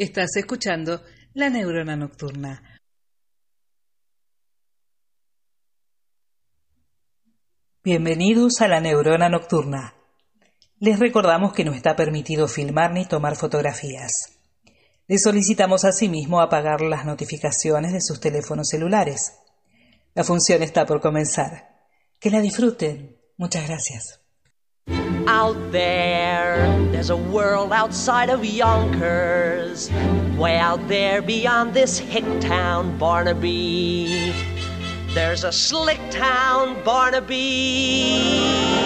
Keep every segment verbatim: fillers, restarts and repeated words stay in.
Estás escuchando La Neurona Nocturna. Bienvenidos a La Neurona Nocturna. Les recordamos que no está permitido filmar ni tomar fotografías. Les solicitamos asimismo apagar las notificaciones de sus teléfonos celulares. La función está por comenzar. Que la disfruten. Muchas gracias. Out there, there's a world outside of Yonkers, way out there beyond this hick town, Barnaby. There's a slick town, Barnaby.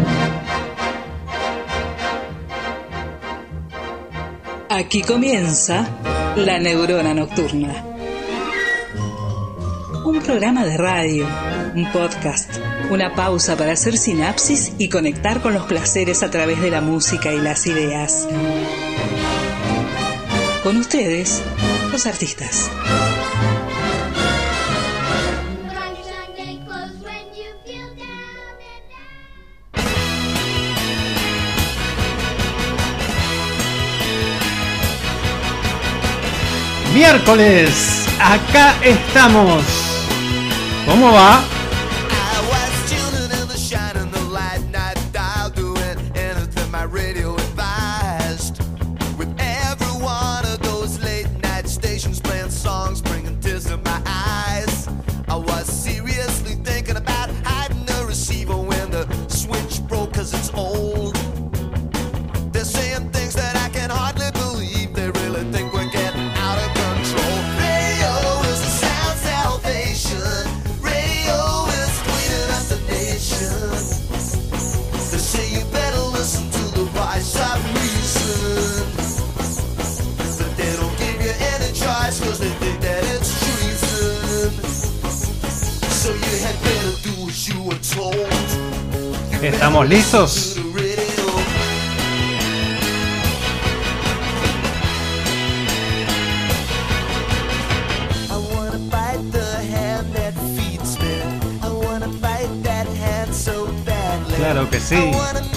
Aquí comienza La Neurona Nocturna. Un programa de radio, un podcast, una pausa para hacer sinapsis y conectar con los placeres a través de la música y las ideas. Con ustedes, los artistas. Miércoles, acá estamos. ¿Cómo va? ¿Estamos listos? Claro que sí.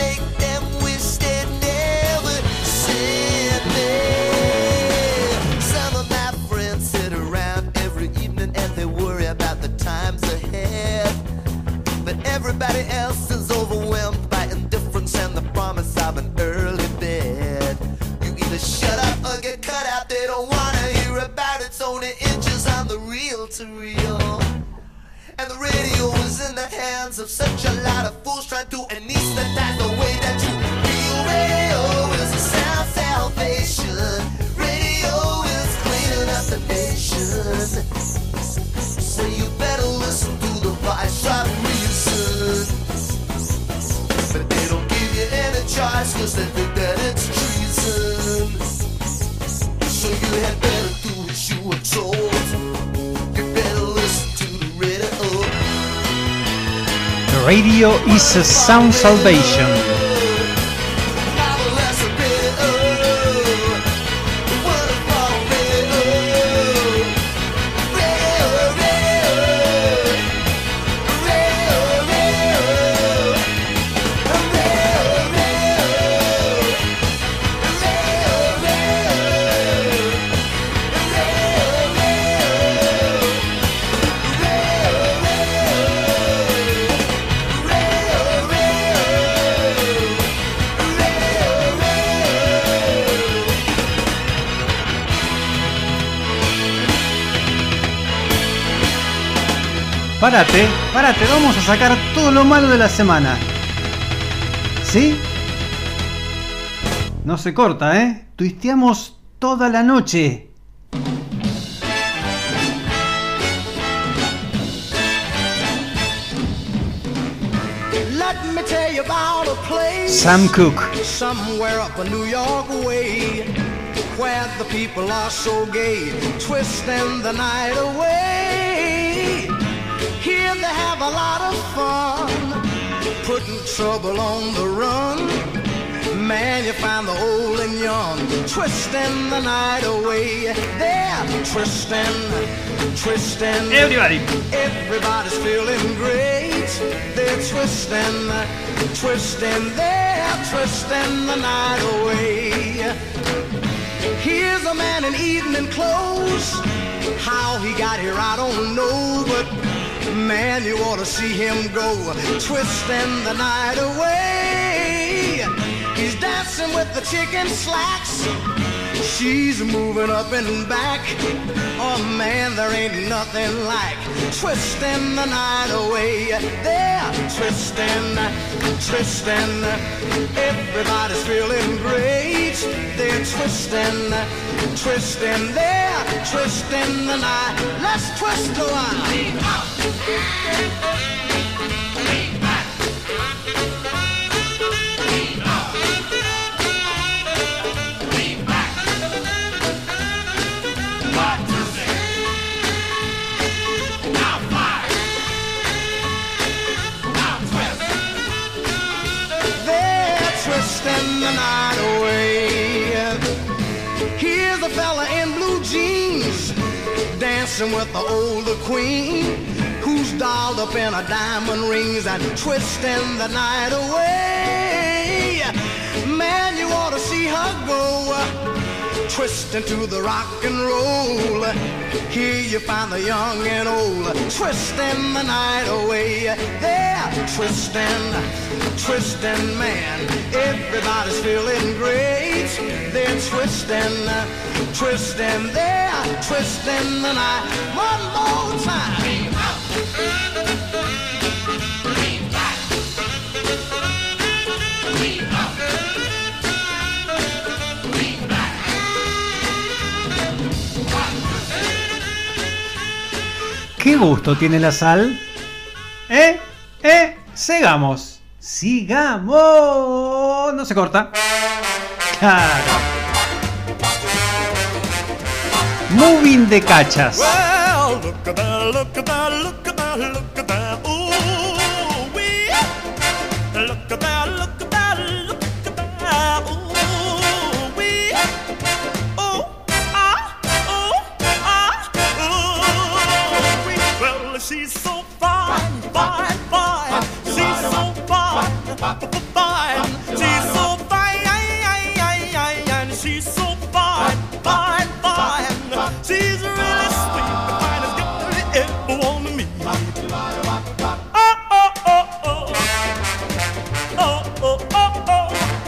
Everybody else is overwhelmed by indifference and the promise of an early bed. You either shut up or get cut out. They don't wanna hear about it. It's only inches on the reel to reel. And the radio is in the hands of such a lot of fools trying to anesthetize the way that you feel. Radio is a sound salvation. Radio is cleaning up the nation. So you better listen to the voice of reason. But they don't give you any choice, cause they think that it's treason. So you had better do as you were told. You better listen to the radio. The radio is a sound salvation. Párate, párate, vamos a sacar todo lo malo de la semana. ¿Sí? No se corta, ¿eh? Tuisteamos toda la noche. Let me tell you about a place, Sam Cooke. somewhere up a New York way, where the people are so gay, twisting the night away. Here they have a lot of fun, putting trouble on the run. Man, you find the old and young, twisting the night away. They're twisting, twisting. Everybody. Everybody's feeling great. They're twisting, twisting. They're twisting the night away. Here's a man in evening clothes. How he got here, I don't know, but man, you ought to see him go, twisting the night away. He's dancing with the chicken slacks. She's moving up and back. Oh man, there ain't nothing like twisting the night away. They're twisting, twisting. Everybody's feeling great. They're twisting, twisting. They're twisting the night. Let's twist a while. Lean up. Lean back. Lean up. Lean back. One, two, three. Now five. Now twist. They're twisting the night away. Here's a fella in blue jeans dancing with the older queen, who's dolled up in her diamond rings and twisting the night away. Man, you ought to see her go, twisting to the rock and roll. Here you find the young and old, twisting the night away. They're twisting, twisting, man. Everybody's feeling great. They're twisting, twisting. They're twisting the night. One more time. Lean up. Lean back. Lean up. Lean back. ¿Qué gusto tiene la sal? ¿Eh? ¿Eh? Sigamos. Sigamos. No se corta. Claro. Moving de cachas. Well, look at that, look at that, look at that, look at that. Ooh, wee. Look at that, look at that, look at that. Ooh, wee. Oh, ah, oh, ah, ooh, wee. Well, she's so fine, fine, fine. She's so fine, fine. She's so fine, and she's so fine, fine, fine. She's really sweet, the finest girl you ever want to meet. Oh, oh, oh, oh. Oh, oh, oh, oh.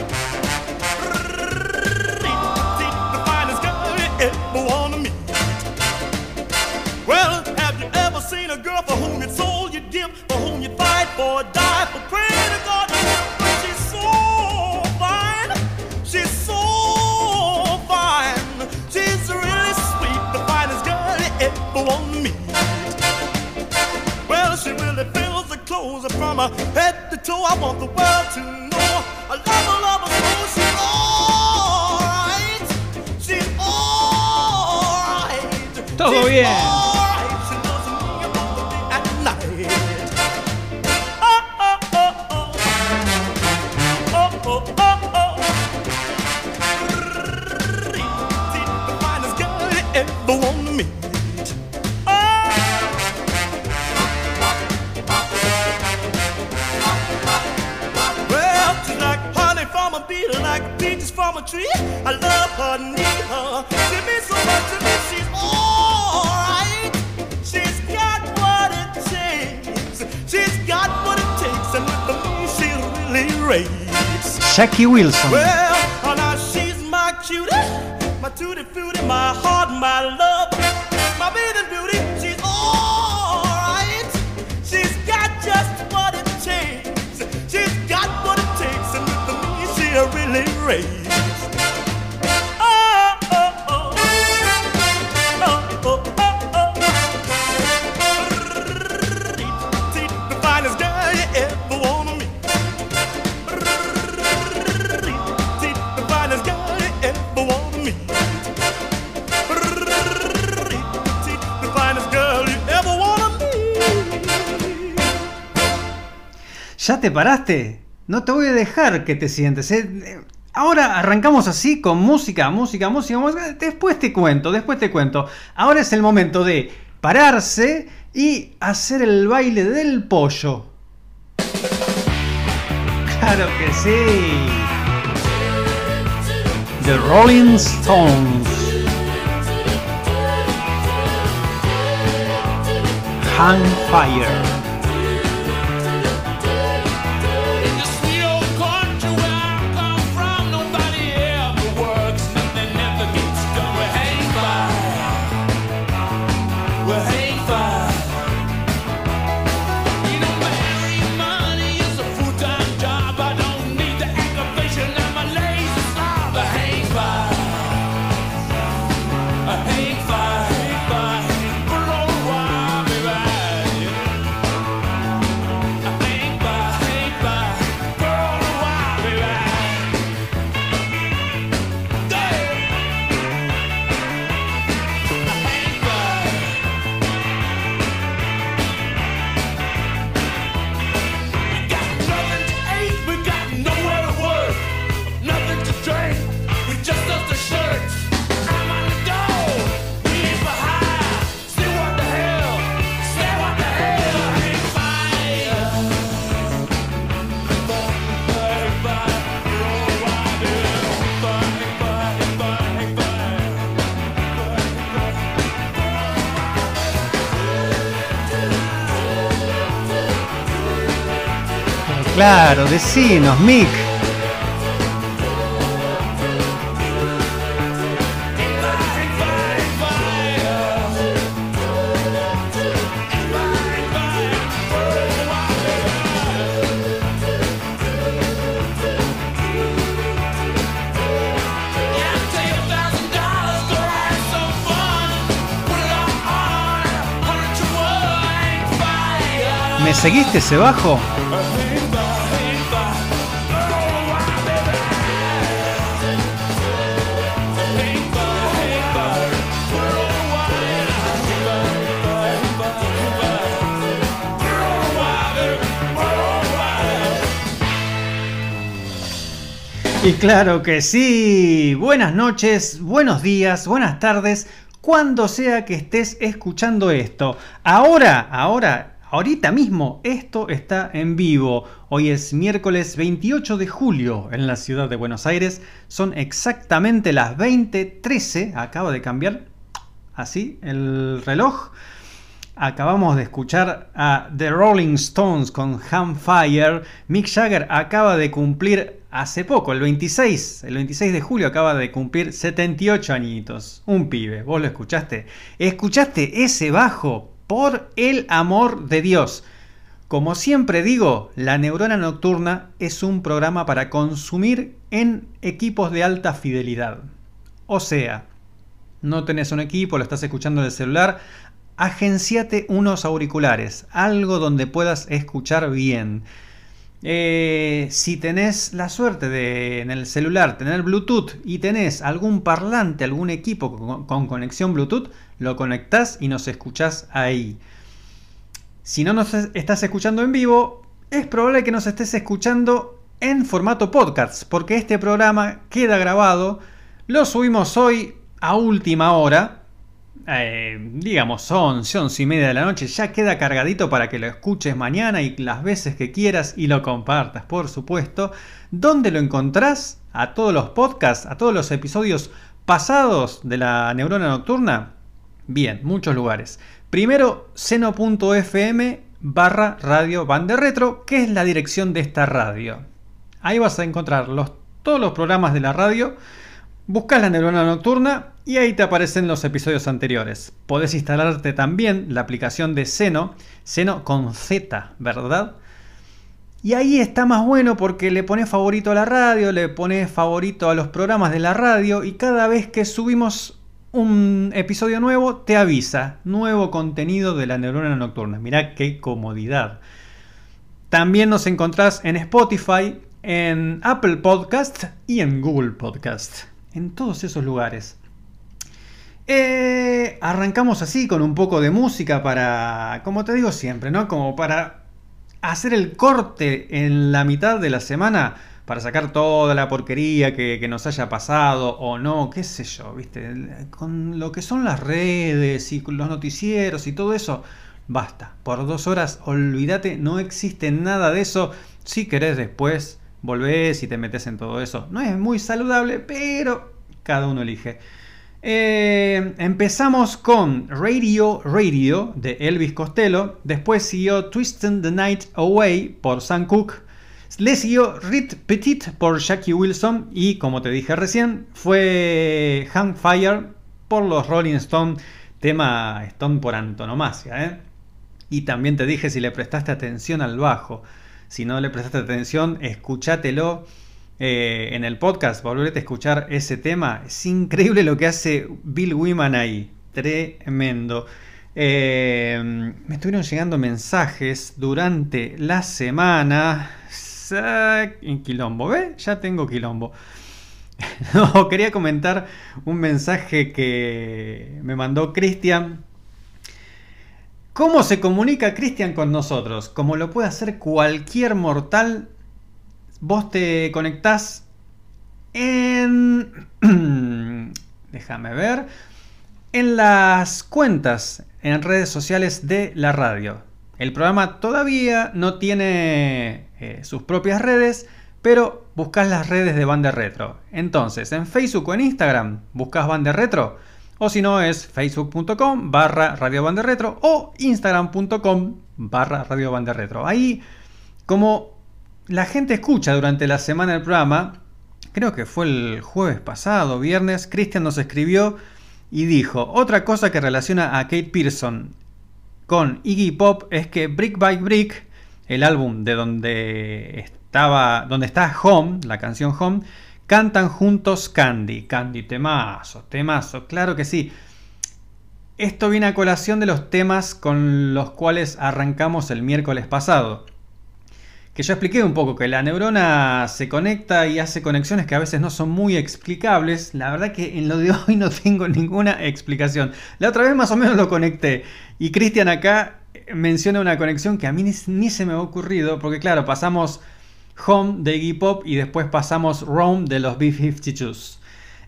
The finest girl you ever want to meet. Well, have you ever seen a girl for whom you'd soul you'd give, for whom you'd fight for, die for, pray to God? She's so fine. She's so fine. She's really sweet, the finest girl you ever want to meet. Well, she really fills the clothes from her head to toe. I want the world to know I love her, love her so. She's alright. She's alright. Todo She's bien. alright. She loves me about the day and night. Oh, oh, oh, oh. Oh, oh, oh, oh. The finest girl you ever want to meet. Oh. Well, she's like honey from a bee, like peaches from a tree. I love her, need her. She means so much to me. She's alright. She's got what it takes. She's got what it takes, and with me she really raves. Jackie Wilson. Well, oh, now she's my cutie, my tutti frutti, my heart, my love, my bathing beauty. She's alright. She's got just what it takes. She's got what it takes, and with me she really raves. Oh, oh, oh. Oh, oh, oh, oh. The finest girl you ever wanna meet. The finest girl you ever wanna meet. The finest girl you ever wanna meet. ¿Ya te paraste? No te voy a dejar que te sientes, ¿eh? Ahora arrancamos así con música, música, música, música. Después te cuento, después te cuento. Ahora es el momento de pararse y hacer el baile del pollo. Claro que sí. The Rolling Stones. Hang Fire. Claro, decinos, Mick. ¿Me seguiste ese bajo? Y claro que sí. Buenas noches, buenos días, buenas tardes, cuando sea que estés escuchando esto. Ahora, ahora, ahorita mismo, esto está en vivo. Hoy es miércoles veintiocho de julio en la ciudad de Buenos Aires. Son exactamente las veinte trece. Acaba de cambiar así el reloj. Acabamos de escuchar a The Rolling Stones con Hang Fire. Mick Jagger acaba de cumplir hace poco, el veintiséis, el veintiséis de julio acaba de cumplir setenta y ocho añitos. Un pibe, ¿vos lo escuchaste? ¿Escuchaste ese bajo? Por el amor de Dios. Como siempre digo, La Neurona Nocturna es un programa para consumir en equipos de alta fidelidad. O sea, no tenés un equipo, lo estás escuchando en el celular, agenciate unos auriculares, algo donde puedas escuchar bien. Eh, si tenés la suerte de en el celular tener Bluetooth y tenés algún parlante, algún equipo con, con conexión Bluetooth, lo conectás y nos escuchás ahí. Si no nos estás escuchando en vivo, es probable que nos estés escuchando en formato podcast, porque este programa queda grabado. Lo subimos hoy a última hora. Eh, digamos once, once y media de la noche, ya queda cargadito para que lo escuches mañana y las veces que quieras y lo compartas, por supuesto. ¿Dónde lo encontrás? A todos los podcasts, a todos los episodios pasados de La Neurona Nocturna. Bien, muchos lugares. Primero, seno punto efe eme barra radio Bande Retro, que es la dirección de esta radio. Ahí vas a encontrar los, todos los programas de la radio. Buscas La Neurona Nocturna y ahí te aparecen los episodios anteriores. Podés instalarte también la aplicación de Seno, Seno con Z, ¿verdad? Y ahí está más bueno porque le pones favorito a la radio, le pones favorito a los programas de la radio y cada vez que subimos un episodio nuevo te avisa, nuevo contenido de La Neurona Nocturna. Mirá qué comodidad. También nos encontrás en Spotify, en Apple Podcast y en Google Podcast. En todos esos lugares. Eh, arrancamos así con un poco de música para, como te digo siempre, ¿no? Como para hacer el corte en la mitad de la semana, para sacar toda la porquería que, que nos haya pasado o no, qué sé yo, ¿viste? Con lo que son las redes y los noticieros y todo eso, basta. Por dos horas, olvídate, no existe nada de eso. Si querés después volvés y te metes en todo eso. No es muy saludable, pero cada uno elige. Eh, empezamos con Radio Radio de Elvis Costello. Después siguió Twisting the Night Away por Sam Cooke. Le siguió Rit Petit por Jackie Wilson. Y como te dije recién, fue Hang Fire por los Rolling Stones. Tema Stone por antonomasia, ¿eh? Y también te dije si le prestaste atención al bajo. Si no le prestaste atención, escúchatelo. Eh, en el podcast, volvete a escuchar ese tema. Es increíble lo que hace Bill Wyman ahí, tremendo. Eh, me estuvieron llegando mensajes durante la semana. En quilombo, ¿ves? Ya tengo quilombo. No, quería comentar un mensaje que me mandó Cristian. ¿Cómo se comunica Cristian con nosotros? Como lo puede hacer cualquier mortal. Vos te conectás en... déjame ver. En las cuentas en redes sociales de la radio. El programa todavía no tiene eh, sus propias redes, pero buscas las redes de Banda Retro. Entonces, en Facebook o en Instagram buscas Banda Retro. O si no es facebook.com barra Radio Banda Retro o instagram.com barra Radio Banda Retro. Ahí, como... la gente escucha durante la semana del programa, creo que fue el jueves pasado, viernes, Cristian nos escribió y dijo, otra cosa que relaciona a Kate Pearson con Iggy Pop es que Brick by Brick, el álbum de donde estaba, donde está Home, la canción Home, cantan juntos Candy. Candy, temazo, temazo, claro que sí. Esto viene a colación de los temas con los cuales arrancamos el miércoles pasado. Que yo expliqué un poco que la neurona se conecta y hace conexiones que a veces no son muy explicables. La verdad que en lo de hoy no tengo ninguna explicación. La otra vez más o menos lo conecté. Y Cristian acá menciona una conexión que a mí ni, ni se me ha ocurrido. Porque claro, pasamos Home de Iggy Pop y después pasamos Rome de los B cincuenta y dos.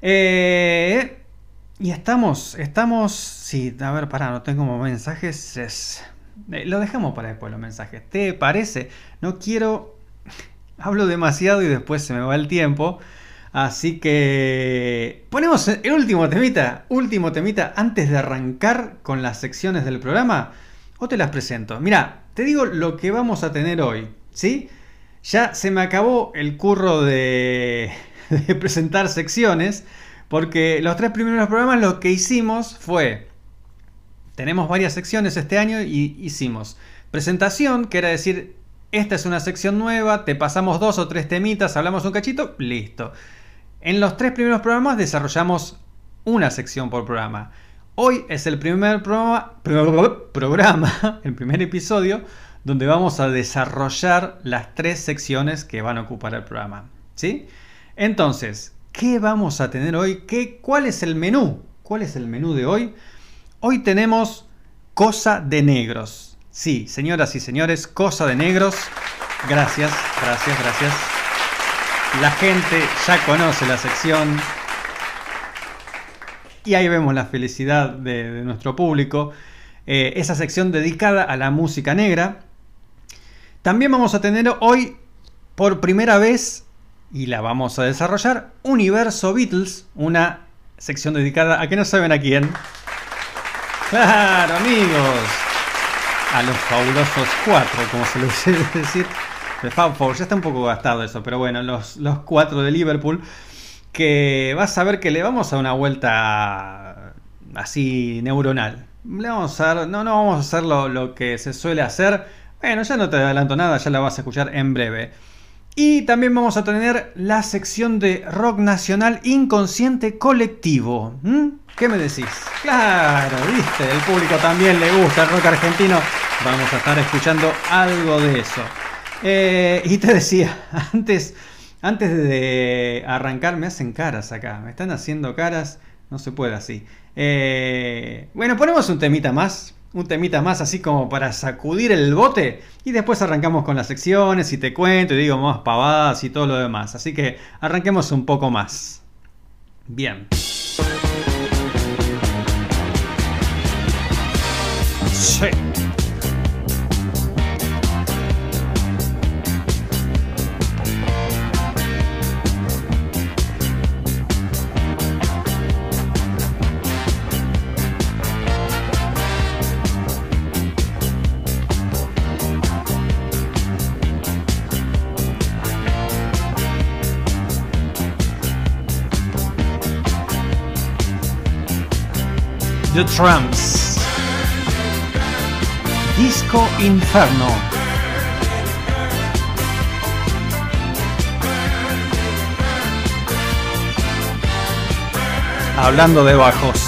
Eh, y estamos, estamos... Sí, a ver, pará, no tengo mensajes... Es... Lo dejamos para después los mensajes. ¿Te parece? No quiero... Hablo demasiado y después se me va el tiempo. Así que... Ponemos el último temita. Último temita antes de arrancar con las secciones del programa. O te las presento. Mira, te digo lo que vamos a tener hoy. ¿Sí? Ya se me acabó el curro de, de presentar secciones. Porque los tres primeros programas lo que hicimos fue... Tenemos varias secciones este año y hicimos presentación, que era decir, esta es una sección nueva, te pasamos dos o tres temitas, hablamos un cachito, listo. En los tres primeros programas desarrollamos una sección por programa. Hoy es el primer programa, pro, programa, el primer episodio, donde vamos a desarrollar las tres secciones que van a ocupar el programa. ¿Sí? Entonces, ¿qué vamos a tener hoy? ¿Qué, ¿Cuál es el menú? ¿Cuál es el menú de hoy? Hoy tenemos Cosa de Negros. Sí, señoras y señores, Cosa de Negros. Gracias, gracias, gracias. La gente ya conoce la sección. Y ahí vemos la felicidad de, de nuestro público. Eh, esa sección dedicada a la música negra. También vamos a tener hoy, por primera vez, y la vamos a desarrollar, Universo Beatles. Una sección dedicada a que no saben a quién. Claro, amigos, a los fabulosos cuatro, como se les suele decir. De Fab Four, ya está un poco gastado eso, pero bueno, los, los cuatro de Liverpool, que vas a ver que le vamos a dar una vuelta así neuronal. Le vamos a dar, no, no vamos a hacer lo, lo que se suele hacer. Bueno, ya no te adelanto nada, ya la vas a escuchar en breve. Y también vamos a tener la sección de rock nacional inconsciente colectivo. ¿Mm? ¿Qué me decís? Claro, viste, el público también le gusta el rock argentino. Vamos a estar escuchando algo de eso. Eh, y te decía, antes, antes de arrancar, me hacen caras acá. Me están haciendo caras, no se puede así. Eh, bueno, ponemos un temita más. Un temita más así como para sacudir el bote. Y después arrancamos con las secciones y te cuento y digo más pavadas y todo lo demás. Así que arranquemos un poco más. Bien. Sí. The Tramps. Disco Inferno. Hablando de bajos.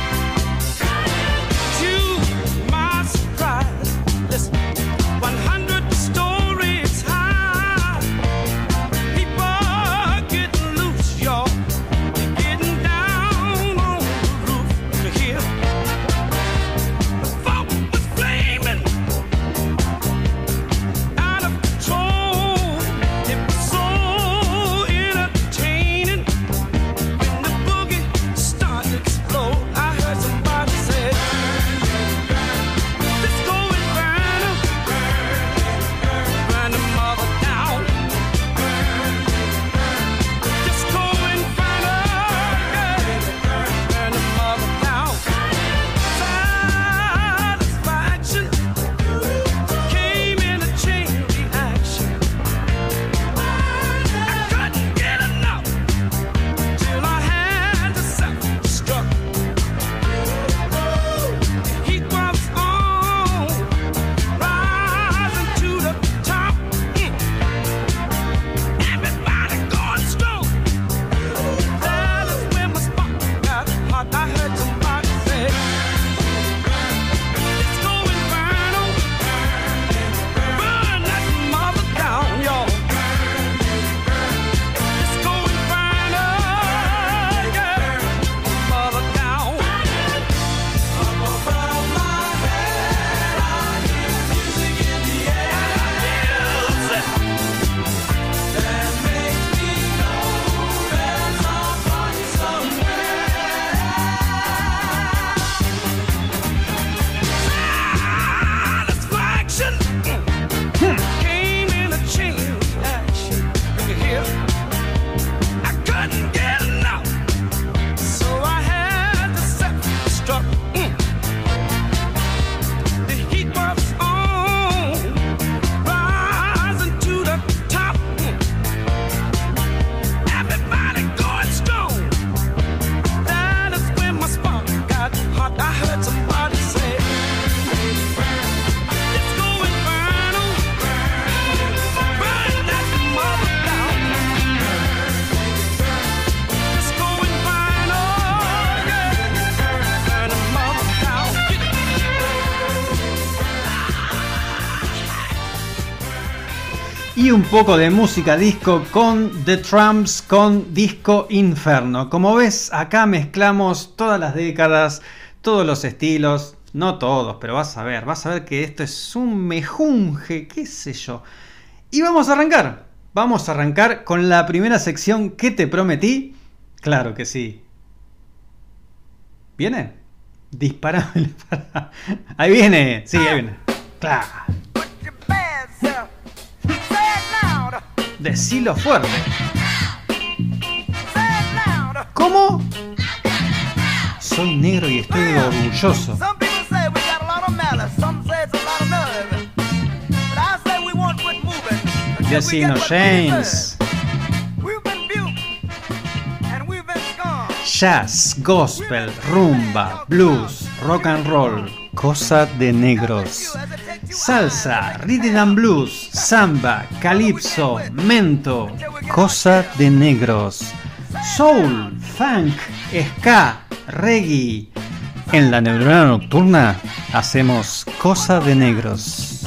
Y un poco de música disco con The Tramps, con Disco Inferno. Como ves, acá mezclamos todas las décadas, todos los estilos, no todos, pero vas a ver, vas a ver que esto es un mejunje, qué sé yo. Y vamos a arrancar, vamos a arrancar con la primera sección que te prometí. Claro que sí. ¿Viene? Disparame para... Ahí viene, sí, ahí viene. Claro. Decilo fuerte. ¿Cómo? Soy negro y estoy orgulloso. Decino James. Jazz, gospel, rumba, blues, rock and roll, cosa de negros. Salsa, rhythm and blues, samba, calipso, mento, cosa de negros. Soul, funk, ska, reggae. En la Neurona Nocturna hacemos cosa de negros.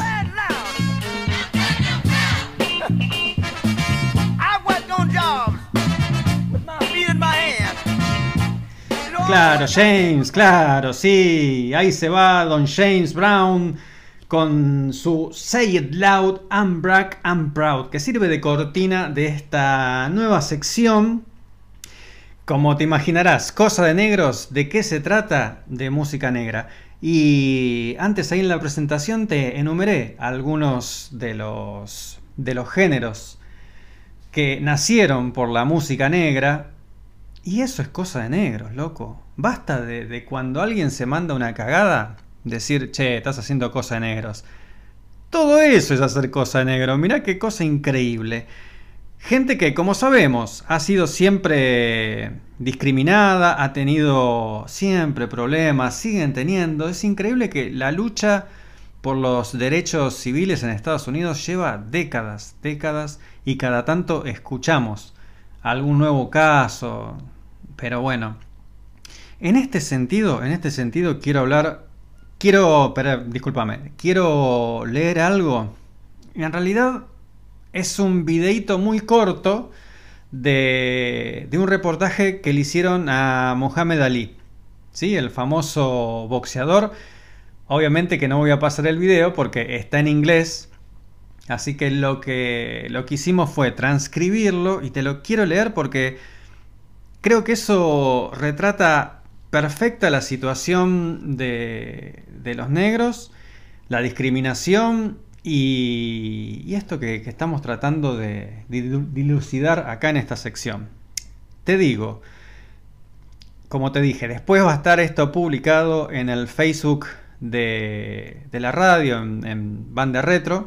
Claro, James, claro, sí. Ahí se va Don James Brown con su Say It Loud, I'm Black, I'm Proud, que sirve de cortina de esta nueva sección. Como te imaginarás, cosa de negros, ¿de qué se trata? De música negra. Y antes ahí en la presentación te enumeré algunos de los, de los géneros que nacieron por la música negra. Y eso es cosa de negros, loco. Basta de, de cuando alguien se manda una cagada, decir, che, estás haciendo cosa de negros. Todo eso es hacer cosa de negro. Mirá qué cosa increíble. Gente que, como sabemos, ha sido siempre discriminada, ha tenido siempre problemas, siguen teniendo. Es increíble que la lucha por los derechos civiles en Estados Unidos lleva décadas, décadas, y cada tanto escuchamos algún nuevo caso. Pero bueno, en este sentido, en este sentido quiero hablar, quiero, pero, discúlpame, quiero leer algo. En realidad es un videíto muy corto de, de un reportaje que le hicieron a Muhammad Ali, ¿sí? El famoso boxeador. Obviamente que no voy a pasar el video porque está en inglés, así que lo que, lo que hicimos fue transcribirlo y te lo quiero leer porque creo que eso retrata perfecta la situación de, de los negros, la discriminación y, y esto que, que estamos tratando de, de dilucidar acá en esta sección. Te digo, como te dije, después va a estar esto publicado en el Facebook de, de la radio, en, en Banda Retro.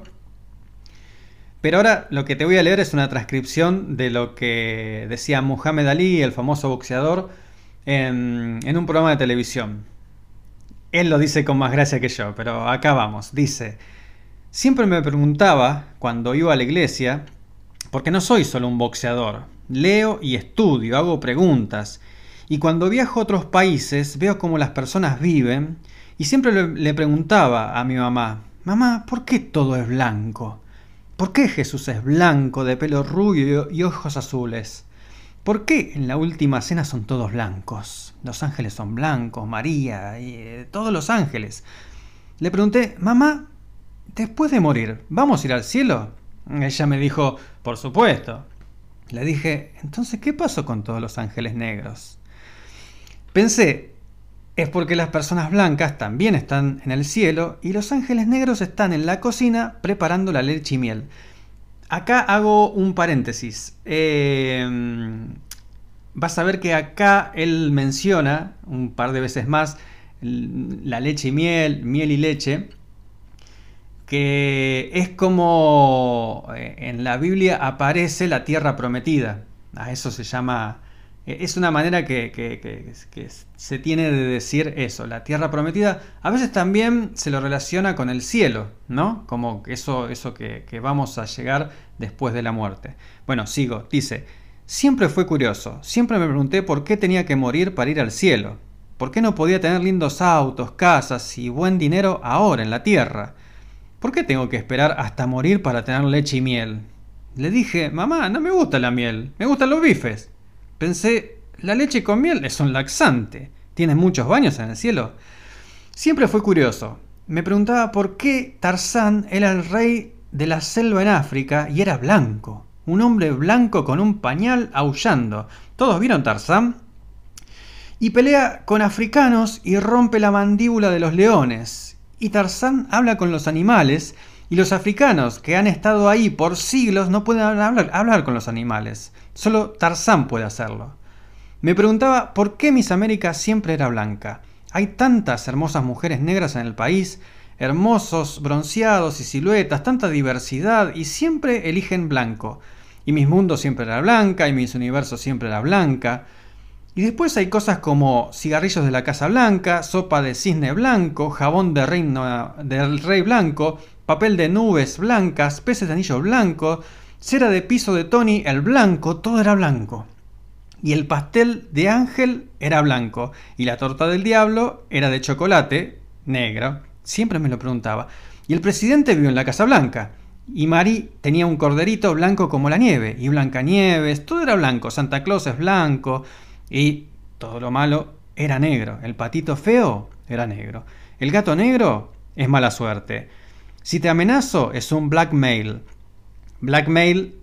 Pero ahora lo que te voy a leer es una transcripción de lo que decía Muhammad Ali, el famoso boxeador, en, en un programa de televisión. Él lo dice con más gracia que yo, pero acá vamos. Dice: siempre me preguntaba cuando iba a la iglesia, porque no soy solo un boxeador, leo y estudio, hago preguntas, y cuando viajo a otros países veo cómo las personas viven, y siempre le, le preguntaba a mi mamá: mamá, ¿por qué todo es blanco? ¿Por qué Jesús es blanco, de pelo rubio y ojos azules? ¿Por qué en la última cena son todos blancos? Los ángeles son blancos, María, y eh, todos los ángeles. Le pregunté: mamá, después de morir, ¿vamos a ir al cielo? Ella me dijo: por supuesto. Le dije: entonces, ¿qué pasó con todos los ángeles negros? Pensé, es porque las personas blancas también están en el cielo y los ángeles negros están en la cocina preparando la leche y miel. Acá hago un paréntesis. Eh, vas a ver que acá él menciona un par de veces más la leche y miel, miel y leche, que es como en la Biblia aparece la tierra prometida. A eso se llama... Es una manera que, que, que, que se tiene de decir eso, la tierra prometida. A veces también se lo relaciona con el cielo, ¿no? Como eso, eso que, que vamos a llegar después de la muerte. Bueno, sigo. Dice: siempre fue curioso. Siempre me pregunté por qué tenía que morir para ir al cielo. ¿Por qué no podía tener lindos autos, casas y buen dinero ahora en la tierra? ¿Por qué tengo que esperar hasta morir para tener leche y miel? Le dije: mamá, no me gusta la miel, me gustan los bifes. Pensé, la leche con miel es un laxante. ¿Tienes muchos baños en el cielo? Siempre fue curioso. Me preguntaba por qué Tarzán era el rey de la selva en África y era blanco. Un hombre blanco con un pañal aullando. ¿Todos vieron Tarzán? Y pelea con africanos y rompe la mandíbula de los leones. Y Tarzán habla con los animales y los africanos que han estado ahí por siglos no pueden hablar, hablar con los animales. Solo Tarzán puede hacerlo. Me preguntaba por qué Miss América siempre era blanca. Hay tantas hermosas mujeres negras en el país, hermosos bronceados y siluetas, tanta diversidad, y siempre eligen blanco. Y Miss Mundo siempre era blanca, y Miss Universo siempre era blanca. Y después hay cosas como cigarrillos de la Casa Blanca, sopa de cisne blanco, jabón de reino, del rey blanco, papel de nubes blancas, peces de anillo blanco, cera de piso de Tony el blanco, todo era blanco. Y el pastel de Ángel era blanco, y la torta del diablo era de chocolate negro. Siempre me lo preguntaba. Y el presidente vivió en la Casa Blanca, y Mari tenía un corderito blanco como la nieve, y Blancanieves, todo era blanco, Santa Claus es blanco, y todo lo malo era negro. El patito feo era negro. El gato negro es mala suerte. Si te amenazo es un blackmail. Blackmail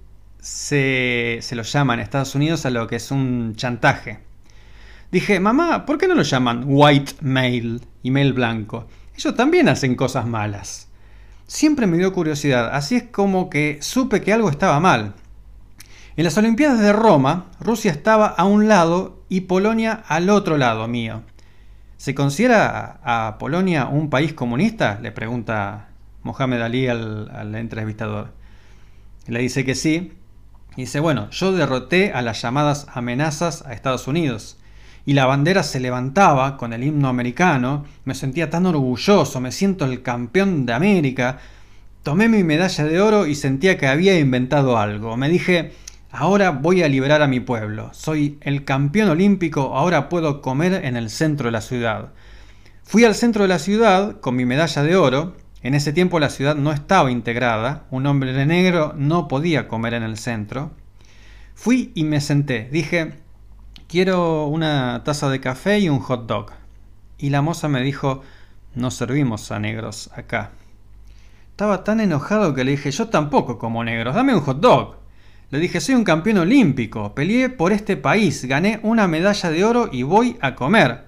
se, se lo llama en Estados Unidos a lo que es un chantaje. Dije: mamá, ¿por qué no lo llaman white mail y mail blanco? Ellos también hacen cosas malas. Siempre me dio curiosidad, así es como que supe que algo estaba mal. En las Olimpiadas de Roma, Rusia estaba a un lado y Polonia al otro lado mío. ¿Se considera a, a Polonia un país comunista?, le pregunta Muhammad Ali al, al entrevistador. Le dice que sí. Y dice, bueno, yo derroté a las llamadas amenazas a Estados Unidos. Y la bandera se levantaba con el himno americano. Me sentía tan orgulloso, me siento el campeón de América. Tomé mi medalla de oro y sentía que había inventado algo. Me dije, ahora voy a liberar a mi pueblo. Soy el campeón olímpico, ahora puedo comer en el centro de la ciudad. Fui al centro de la ciudad con mi medalla de oro. En ese tiempo la ciudad no estaba integrada. Un hombre de negro no podía comer en el centro. Fui y me senté. Dije, quiero una taza de café y un hot dog. Y la moza me dijo, no servimos a negros acá. Estaba tan enojado que le dije, yo tampoco como negros, dame un hot dog. Le dije, soy un campeón olímpico, peleé por este país, gané una medalla de oro y voy a comer.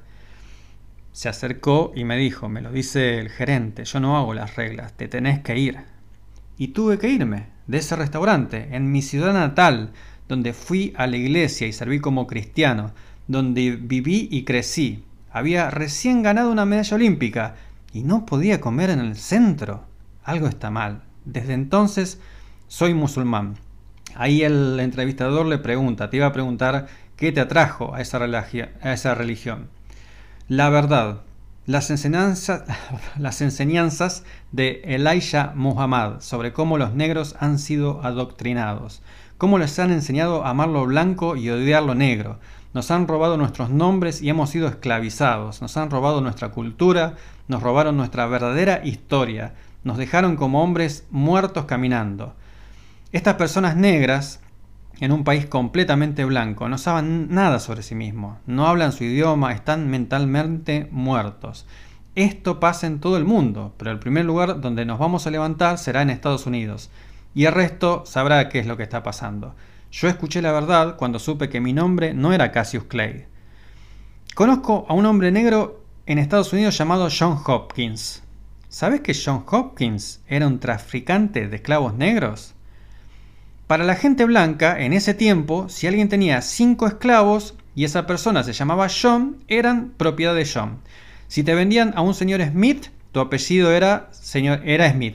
Se acercó y me dijo, me lo dice el gerente, yo no hago las reglas, te tenés que ir. Y tuve que irme de ese restaurante, en mi ciudad natal, donde fui a la iglesia y serví como cristiano, donde viví y crecí. Había recién ganado una medalla olímpica y no podía comer en el centro. Algo está mal. Desde entonces soy musulmán. Ahí el entrevistador le pregunta, te iba a preguntar qué te atrajo a esa, religi- a esa religión. La verdad, las enseñanzas, las enseñanzas de Elijah Muhammad sobre cómo los negros han sido adoctrinados, cómo les han enseñado a amar lo blanco y odiar lo negro. Nos han robado nuestros nombres y hemos sido esclavizados. Nos han robado nuestra cultura, nos robaron nuestra verdadera historia. Nos dejaron como hombres muertos caminando. Estas personas negras, en un país completamente blanco, no saben nada sobre sí mismos, no hablan su idioma, están mentalmente muertos. Esto pasa en todo el mundo, pero el primer lugar donde nos vamos a levantar será en Estados Unidos, y el resto sabrá qué es lo que está pasando. Yo escuché la verdad cuando supe que mi nombre no era Cassius Clay. Conozco a un hombre negro en Estados Unidos llamado John Hopkins. ¿Sabes que John Hopkins era un traficante de esclavos negros? Para la gente blanca, en ese tiempo, si alguien tenía cinco esclavos y esa persona se llamaba John, eran propiedad de John. Si te vendían a un señor Smith, tu apellido era, señor, era Smith.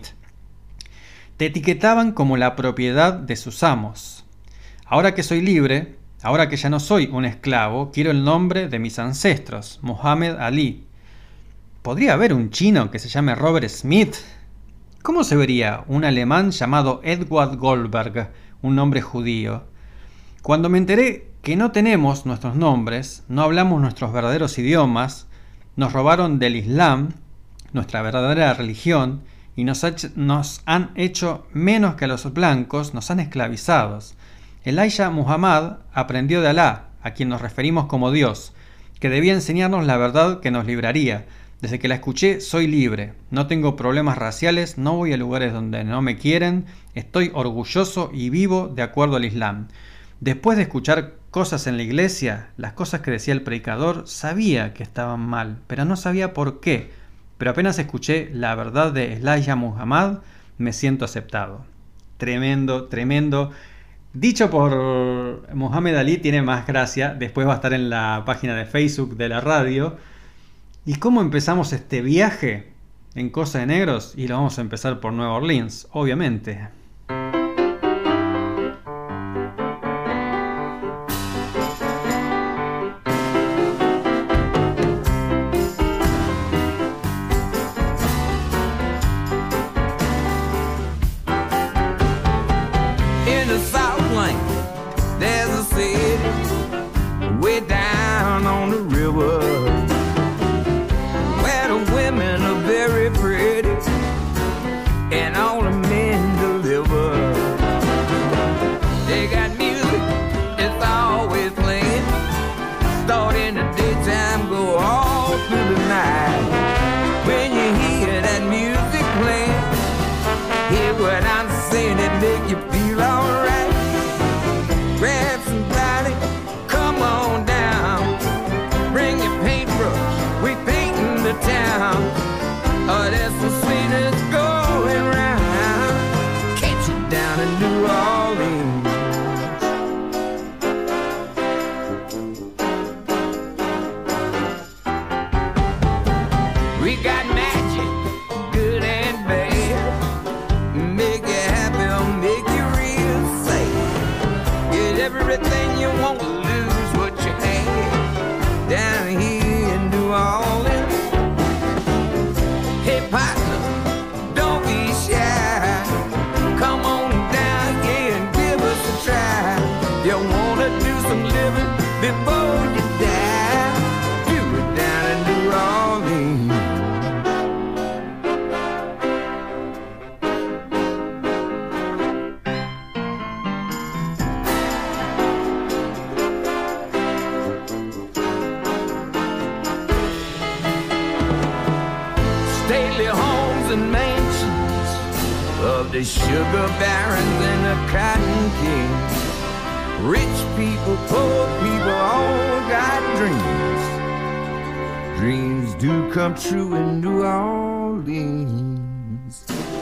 Te etiquetaban como la propiedad de sus amos. Ahora que soy libre, ahora que ya no soy un esclavo, quiero el nombre de mis ancestros, Muhammad Ali. ¿Podría haber un chino que se llame Robert Smith? ¿Cómo se vería un alemán llamado Edward Goldberg, un nombre judío? Cuando me enteré que no tenemos nuestros nombres, no hablamos nuestros verdaderos idiomas, nos robaron del Islam, nuestra verdadera religión, y nos, ha, nos han hecho menos que a los blancos, nos han esclavizados. Elijah Muhammad aprendió de Alá, a quien nos referimos como Dios, que debía enseñarnos la verdad que nos libraría. Desde que la escuché soy libre, no tengo problemas raciales, no voy a lugares donde no me quieren, estoy orgulloso y vivo de acuerdo al Islam. Después de escuchar cosas en la iglesia, las cosas que decía el predicador, sabía que estaban mal, pero no sabía por qué. Pero apenas escuché la verdad de Elijah Muhammad, me siento aceptado. Tremendo, tremendo. Dicho por Muhammad Ali tiene más gracia, después va a estar en la página de Facebook de la radio. ¿Y cómo empezamos este viaje en Cosa de Negros? Y lo vamos a empezar por Nueva Orleans, obviamente. In the Southland, there's a city way down on the river. Women are very pretty and all the men deliver. They got music, it's always playing. Start in the daytime, go all through the night. When you hear that music playing, hear what I'm saying, it make you feel alright. Grab somebody, come on down. Bring your paintbrush, we painting the town. Oh, there's some sweetness going round. Catch it down in New Orleans. We got magic, good and bad. Make you happy or make you real sad. the sugar barons and the cotton kings. Rich people, poor people, all got dreams. Dreams do come true in New Orleans.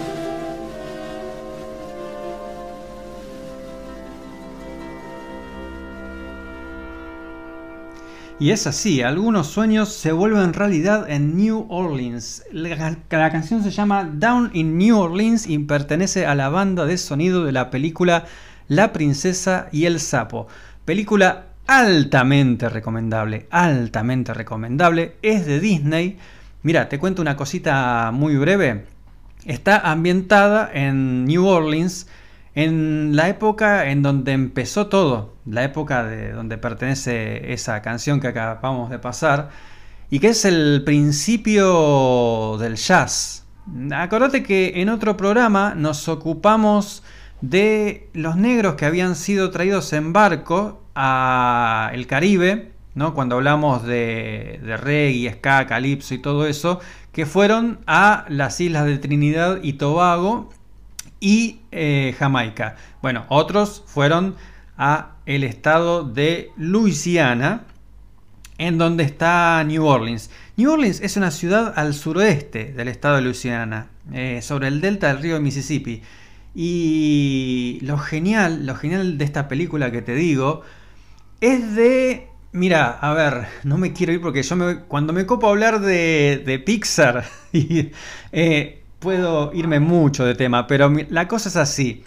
Y es así, algunos sueños se vuelven realidad en New Orleans. La, la canción se llama Down in New Orleans y pertenece a la banda de sonido de la película La Princesa y el Sapo. Película altamente recomendable, altamente recomendable. Es de Disney. Mira, te cuento una cosita muy breve. Está ambientada en New Orleans, en la época en donde empezó todo, la época de donde pertenece esa canción que acabamos de pasar, y que es el principio del jazz. Acordate que en otro programa nos ocupamos de los negros que habían sido traídos en barco a el Caribe, ¿no? Cuando hablamos de, de reggae, ska, calipso y todo eso, que fueron a las islas de Trinidad y Tobago y eh, Jamaica. Bueno, otros fueron a el estado de Luisiana, en donde está New Orleans. New Orleans es una ciudad al suroeste del estado de Luisiana, eh, sobre el delta del río Mississippi. Y lo genial, lo genial de esta película que te digo, es de... Mira, a ver, no me quiero ir porque yo me, cuando me copo hablar de, de Pixar, y, eh, puedo irme mucho de tema, pero la cosa es así.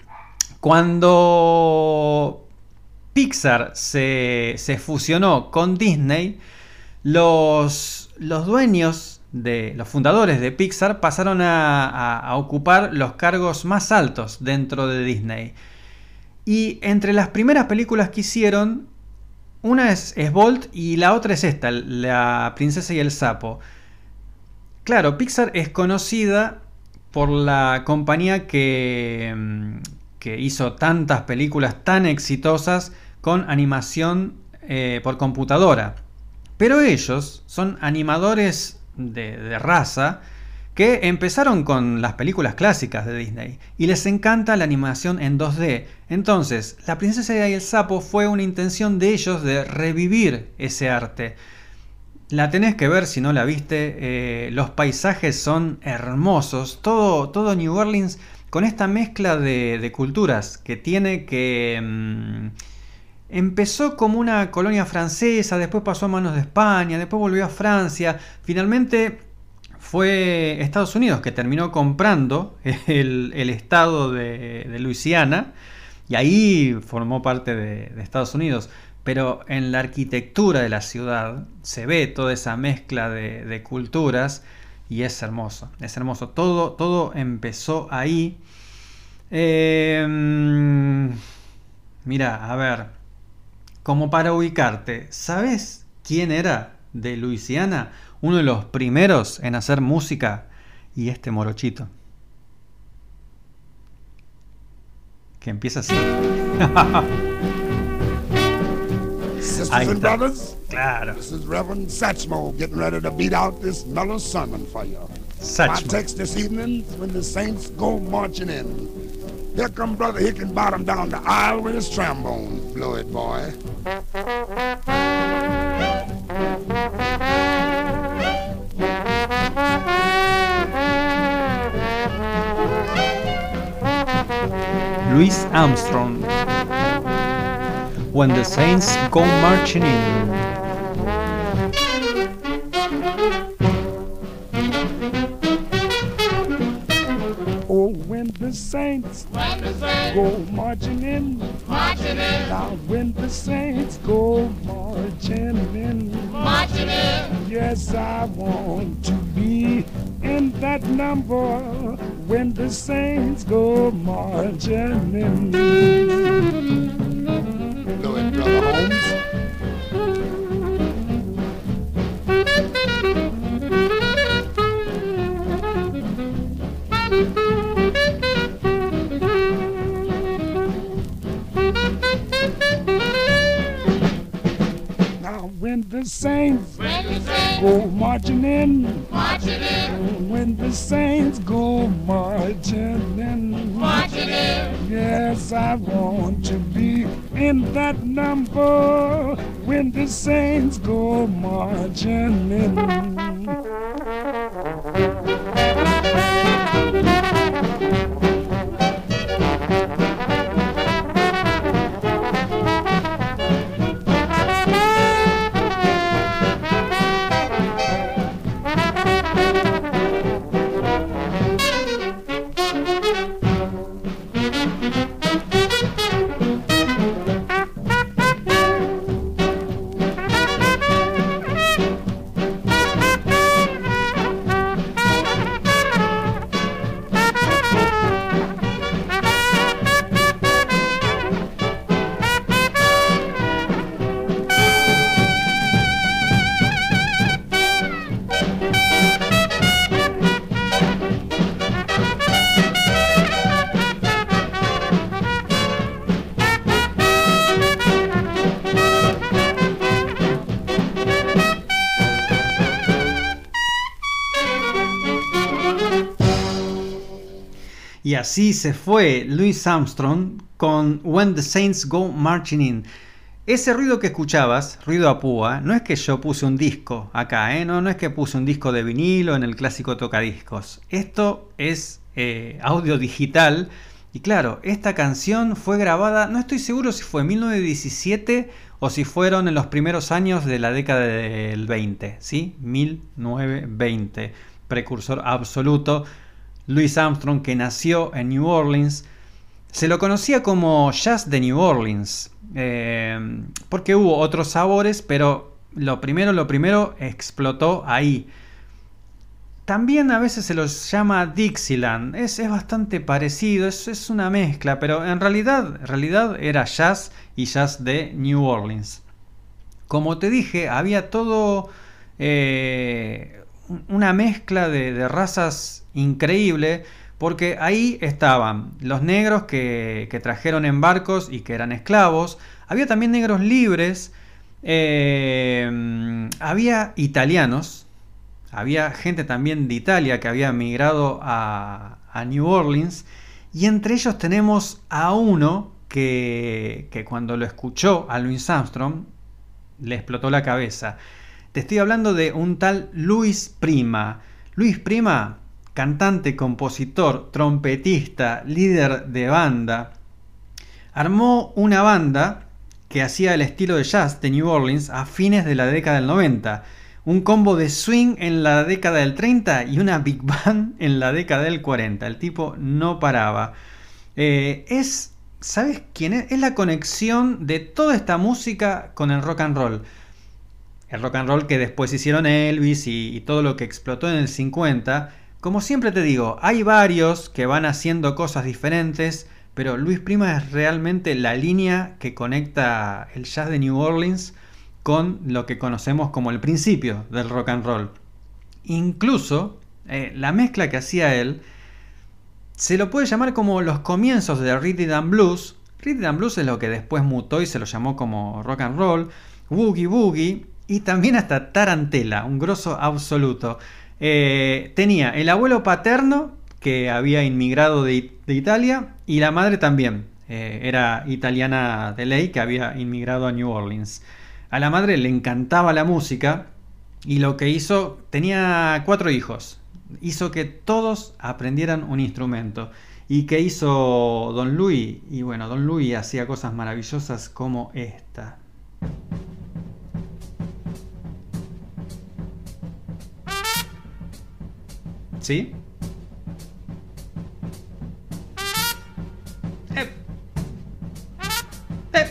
Cuando Pixar se, se fusionó con Disney, los, los dueños, de, los fundadores de Pixar pasaron a, a, a ocupar los cargos más altos dentro de Disney. Y entre las primeras películas que hicieron, una es, es Bolt y la otra es esta, La Princesa y el Sapo. Claro, Pixar es conocida por la compañía que, que hizo tantas películas tan exitosas con animación eh, por computadora. Pero ellos son animadores de, de raza que empezaron con las películas clásicas de Disney y les encanta la animación en dos D. Entonces, La Princesa y el Sapo fue una intención de ellos de revivir ese arte. La tenés que ver si no la viste. Eh, los paisajes son hermosos. Todo, todo New Orleans con esta mezcla de, de culturas que tiene, que mmm, empezó como una colonia francesa, después pasó a manos de España, después volvió a Francia. Finalmente fue Estados Unidos que terminó comprando el, el estado de, de Luisiana y ahí formó parte de, de Estados Unidos. Pero en la arquitectura de la ciudad se ve toda esa mezcla de, de culturas y es hermoso, es hermoso. Todo, todo empezó ahí. Eh, mira, a ver, como para ubicarte, ¿sabes quién era de Luisiana? Uno de los primeros en hacer música, y este morochito. Que empieza así. Sisters Ahí and está. brothers, Claro. this is Reverend Satchmo getting ready to beat out this mellow sermon for you. Satchmo. My text this evening is when the saints go marching in. Here come Brother Hickenbottom down the aisle with his trombone. Blow it, boy. Louis Armstrong. When the Saints Go Marching In. Oh, when the saints, When the saints go marching in. marching in, Now when the saints go marching in. marching in, Yes, I want to be in that number when the saints go marching in. Blow it, Brother Holmes. Now when the saints when the saints go marching in. marching in, When the saints go marching in. marching Yes, I want to be in that number when the saints go marching in. Y así se fue Louis Armstrong con When the Saints Go Marching In. Ese ruido que escuchabas, ruido a púa, no es que yo puse un disco acá, ¿eh? no, no es que puse un disco de vinilo en el clásico tocadiscos. Esto es eh, audio digital. Y claro, esta canción fue grabada, no estoy seguro si fue en mil novecientos diecisiete o si fueron en los primeros años de la década del veinte, ¿sí? mil novecientos veinte, precursor absoluto. Louis Armstrong, que nació en New Orleans, se lo conocía como jazz de New Orleans, eh, porque hubo otros sabores, pero lo primero, lo primero explotó ahí. También a veces se los llama Dixieland, es, es bastante parecido, es, es una mezcla, pero en realidad, en realidad era jazz y jazz de New Orleans. Como te dije, había todo eh, una mezcla de, de razas increíble, porque ahí estaban los negros que, que trajeron en barcos y que eran esclavos, había también negros libres, eh, había italianos, había gente también de Italia que había migrado a, a New Orleans, y entre ellos tenemos a uno que, que cuando lo escuchó a Louis Armstrong le explotó la cabeza. Te estoy hablando de un tal Louis Prima. Louis Prima, cantante, compositor, trompetista, líder de banda, armó una banda que hacía el estilo de jazz de New Orleans a fines de la década del noventa. Un combo de swing en la década del treinta y una big band en la década del cuarenta. El tipo no paraba. Eh, es, ¿sabes quién es? Es la conexión de toda esta música con el rock and roll. El rock and roll que después hicieron Elvis y, y todo lo que explotó en el cincuenta. Como siempre te digo, hay varios que van haciendo cosas diferentes, pero Louis Prima es realmente la línea que conecta el jazz de New Orleans con lo que conocemos como el principio del rock and roll. Incluso eh, la mezcla que hacía él se lo puede llamar como los comienzos de Rhythm and Blues. Rhythm and Blues es lo que después mutó y se lo llamó como rock and roll, Boogie Boogie y también hasta tarantela, un grosso absoluto. Eh, tenía el abuelo paterno que había inmigrado de, de Italia y la madre también eh, era italiana de ley que había inmigrado a New Orleans. A la madre le encantaba la música y lo que hizo, tenía cuatro hijos, hizo que todos aprendieran un instrumento. ¿Y qué hizo Don Louis? Y bueno, Don Louis hacía cosas maravillosas como esta. ¿Sí? Eh. Eh.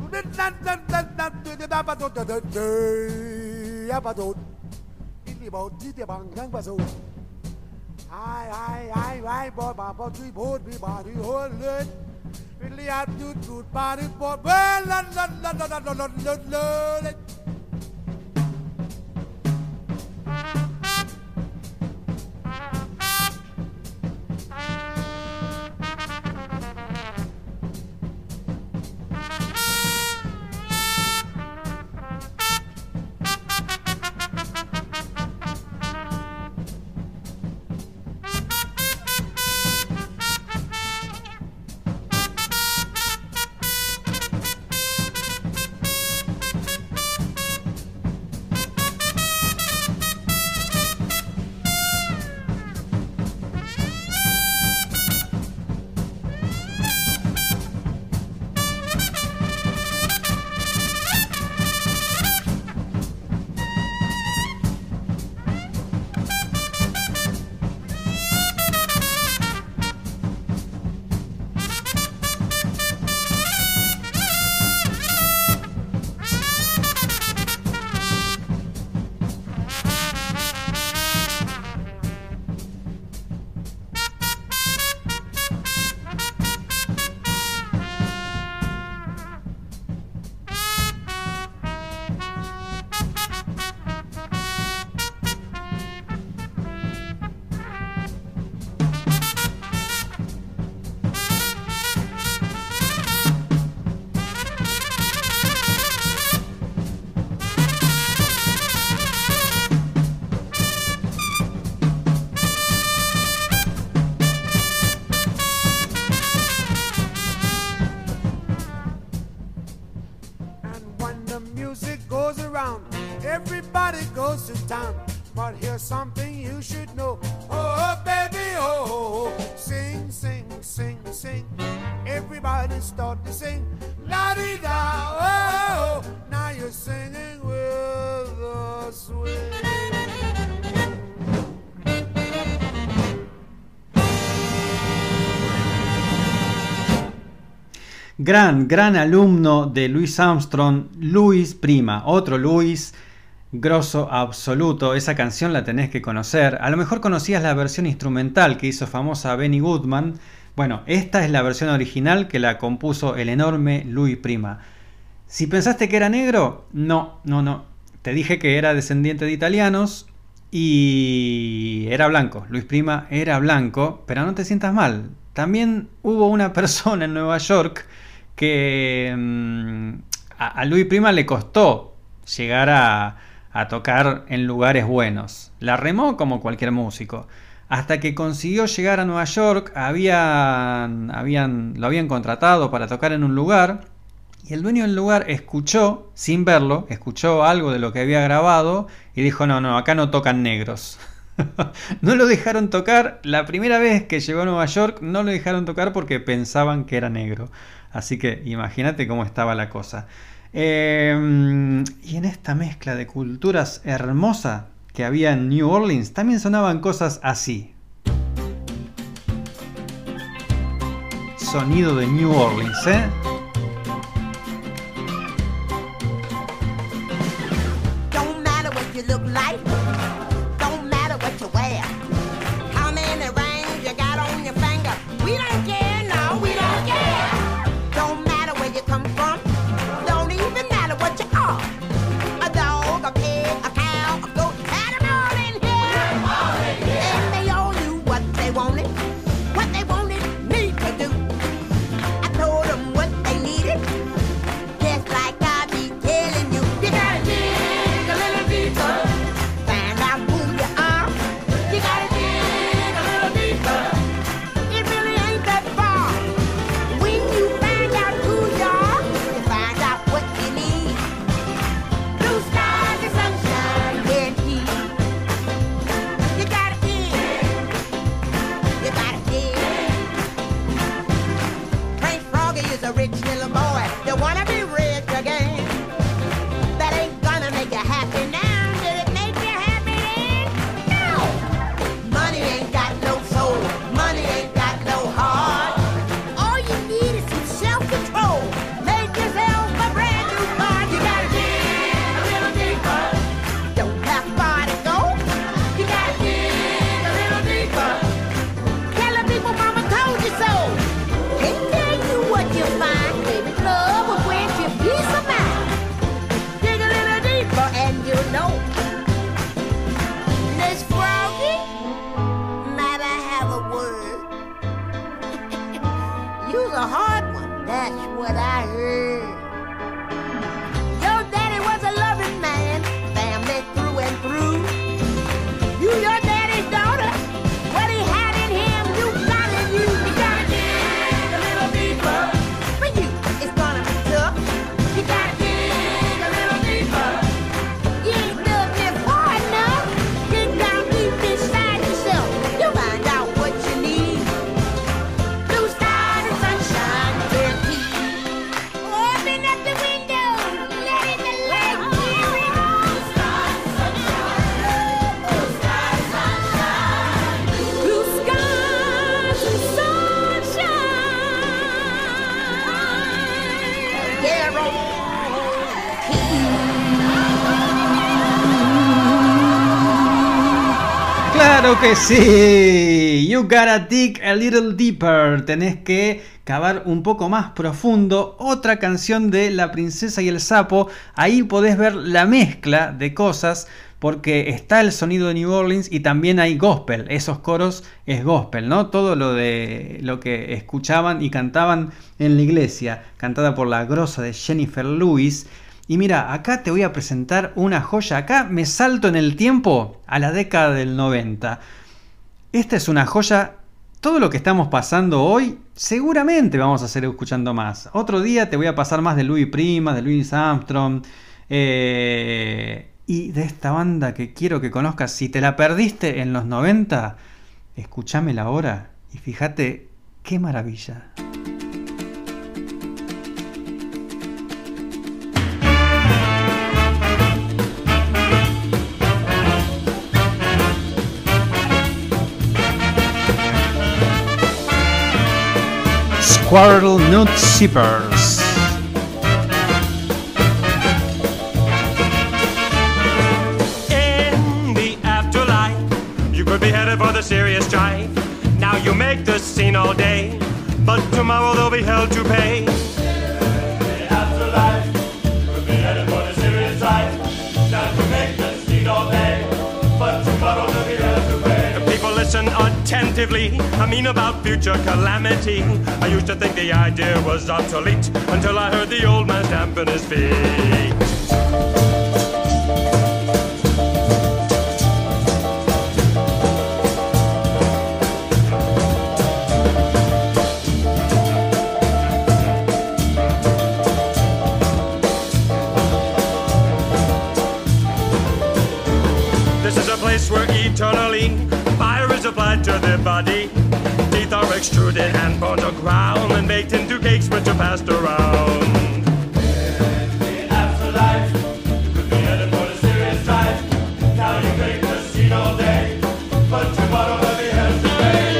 Ai ai ai ai boy ba ba three boy be body hold it. Really I do good body boy. Well la la la la la la la la. Everybody goes to town, but here's something you should know. Oh, baby, oh, sing, sing, sing, sing. Everybody start to sing. La-di-da, oh, now you're singing with the swing. Gran, gran alumno de Louis Armstrong, Louis Prima, otro Louis, grosso absoluto. Esa canción la tenés que conocer. A lo mejor conocías la versión instrumental que hizo famosa Benny Goodman. Bueno, esta es la versión original que la compuso el enorme Louis Prima. Si pensaste que era negro, no, no, no. Te dije que era descendiente de italianos y era blanco. Louis Prima era blanco, pero no te sientas mal. También hubo una persona en Nueva York que mmm, a, a Louis Prima le costó llegar a, a tocar en lugares buenos. La remó como cualquier músico. Hasta que consiguió llegar a Nueva York, habían, habían, lo habían contratado para tocar en un lugar y el dueño del lugar escuchó, sin verlo, escuchó algo de lo que había grabado y dijo: no, no, acá no tocan negros. No lo dejaron tocar. La primera vez que llegó a Nueva York no lo dejaron tocar porque pensaban que era negro. Así que imagínate cómo estaba la cosa. Eh, y en esta mezcla de culturas hermosa que había en New Orleans también sonaban cosas así. Sonido de New Orleans, ¿eh? Don't matter what you look like. Don't matter what you wear. How many rings you got on your finger. We don't care, no, we don't care. Don't matter where you come from. Don't even matter what you are. A dog, a pig, a cow, a goat, had them all in here. And they all knew what they wanted. What they wanted me to do. I told them what they needed. Just like I be telling you. You gotta dig a little deeper. Claro que sí. You gotta dig a little deeper. Tenés que cavar un poco más profundo. Otra canción de La Princesa y el Sapo. Ahí podés ver la mezcla de cosas, porque está el sonido de New Orleans y también hay gospel. Esos coros es gospel, ¿no? Todo lo de lo que escuchaban y cantaban en la iglesia, cantada por la grosa de Jennifer Lewis. Y mira, acá te voy a presentar una joya. Acá me salto en el tiempo a la década del noventa. Esta es una joya. Todo lo que estamos pasando hoy, seguramente vamos a seguir escuchando más. Otro día te voy a pasar más de Louis Prima, de Louis Armstrong. Eh... Y de esta banda que quiero que conozcas. Si te la perdiste en los noventa, escúchamela ahora y fíjate qué maravilla. Squirrel Nut Zippers. Be headed for the serious strife. Now you make the scene all day, but tomorrow they'll be held to pay. In the afterlife, you'll be headed for the serious strife. Now you make the scene all day, but tomorrow they'll be held to pay. The people listen attentively. I mean about future calamity. I used to think the idea was obsolete until I heard the old man stamping his feet. Where eternally fire is applied to the body. Teeth are extruded and bones are ground and baked into cakes which are passed around. In the afterlife, you could be headed for the serious strife. Now you make the scene all day, but tomorrow they'll be held to pay.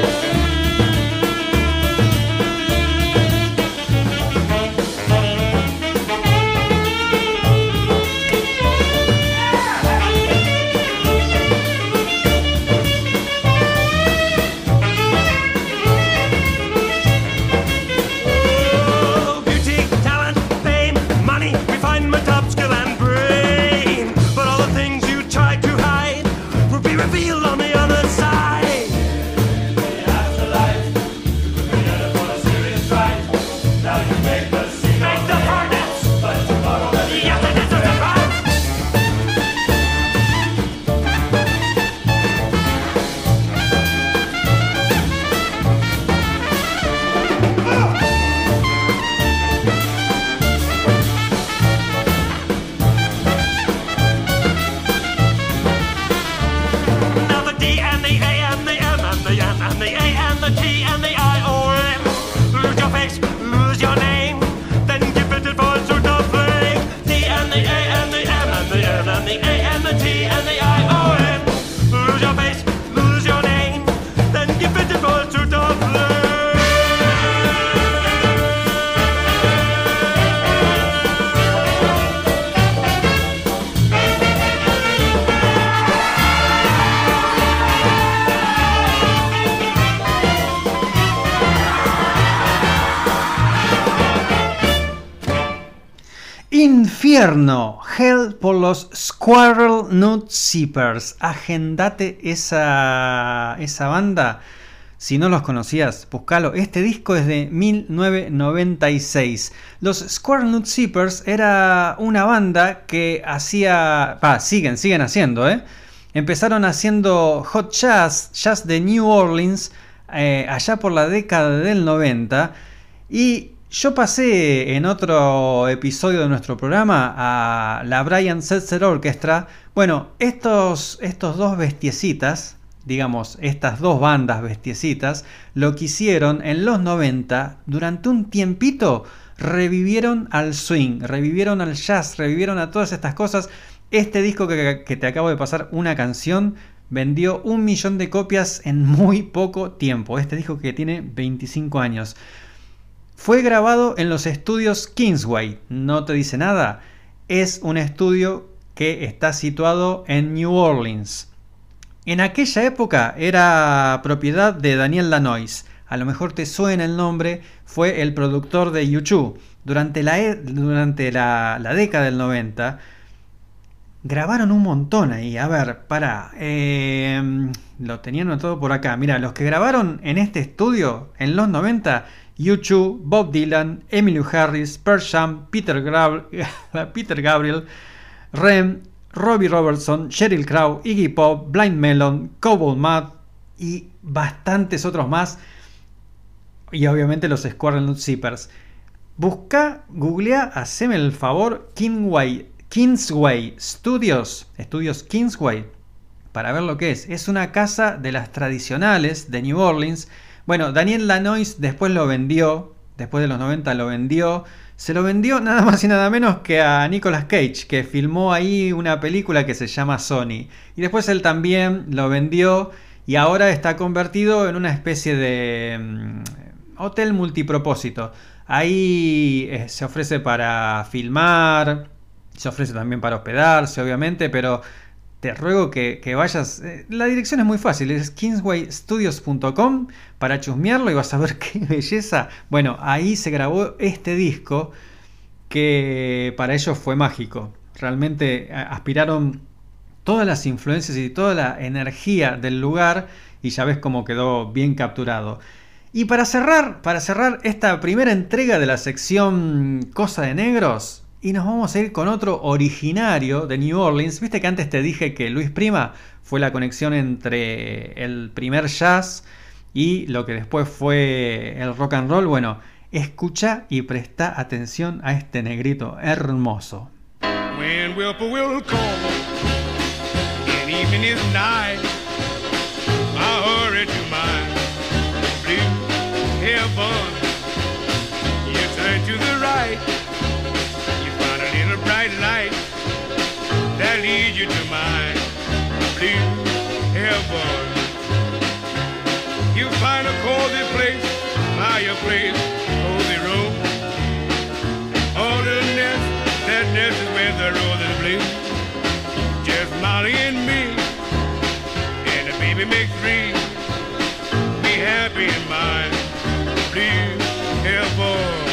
Infierno, Hell por los Squirrel Nut Zippers. Agendate esa, esa banda. Si no los conocías, buscalo. Este disco es de mil novecientos noventa y seis. Los Squirrel Nut Zippers era una banda que hacía... Pa, siguen, siguen haciendo, ¿eh? Empezaron haciendo hot jazz, jazz de New Orleans, eh, allá por la década del noventa. Y yo pasé en otro episodio de nuestro programa a la Brian Setzer Orchestra. Bueno, estos, estos dos bestiecitas, digamos, estas dos bandas bestiecitas, lo que hicieron en los noventa, durante un tiempito, revivieron al swing, revivieron al jazz, revivieron a todas estas cosas. Este disco que, que te acabo de pasar, una canción, vendió un millón de copias en muy poco tiempo. Este disco que tiene veinticinco años. Fue grabado en los estudios Kingsway. ¿No te dice nada? Es un estudio que está situado en New Orleans. En aquella época era propiedad de Daniel Lanois. A lo mejor te suena el nombre, fue el productor de U dos. Durante la, durante la, la década del noventa grabaron un montón ahí. A ver, pará. Eh, lo tenían anotado por acá. Mira, los que grabaron en este estudio en los noventa, U dos, Bob Dylan, Emmylou Harris, Pearl Jam, Peter, Grab- Peter Gabriel, Rem, Robbie Robertson, Sheryl Crow, Iggy Pop, Blind Melon, Cobalt Mud y bastantes otros más. Y obviamente los Squirrel Zippers. Busca, googlea, haceme el favor, Kingsway, Kingsway Studios, Estudios Kingsway, para ver lo que es. Es una casa de las tradicionales de New Orleans. Bueno, Daniel Lanois después lo vendió, después de los noventa lo vendió. Se lo vendió nada más y nada menos que a Nicolas Cage, que filmó ahí una película que se llama Sony. Y después él también lo vendió y ahora está convertido en una especie de um, hotel multipropósito. Ahí eh, se ofrece para filmar, se ofrece también para hospedarse, obviamente, pero te ruego que, que vayas. Eh, la dirección es muy fácil, es kingsway studios punto com para chusmearlo y vas a ver qué belleza. Bueno, ahí se grabó este disco que para ellos fue mágico. Realmente aspiraron todas las influencias y toda la energía del lugar y ya ves cómo quedó bien capturado. Y para cerrar, para cerrar esta primera entrega de la sección Cosa de Negros, y nos vamos a ir con otro originario de New Orleans. Viste que antes te dije que Luis Prima fue la conexión entre el primer jazz y lo que después fue el rock and roll. Bueno, escucha y presta atención a este negrito hermoso. When whippoorwill call and evening is nigh, I hurry to my blue heaven. You turn to the right, you find a little bright light that leads you to my blue heaven. You find a cozy place, fireplace, cozy room, all the nest, that nest is where the roses bloom. Just Molly and me, and the baby makes three. Be happy in my blue heaven.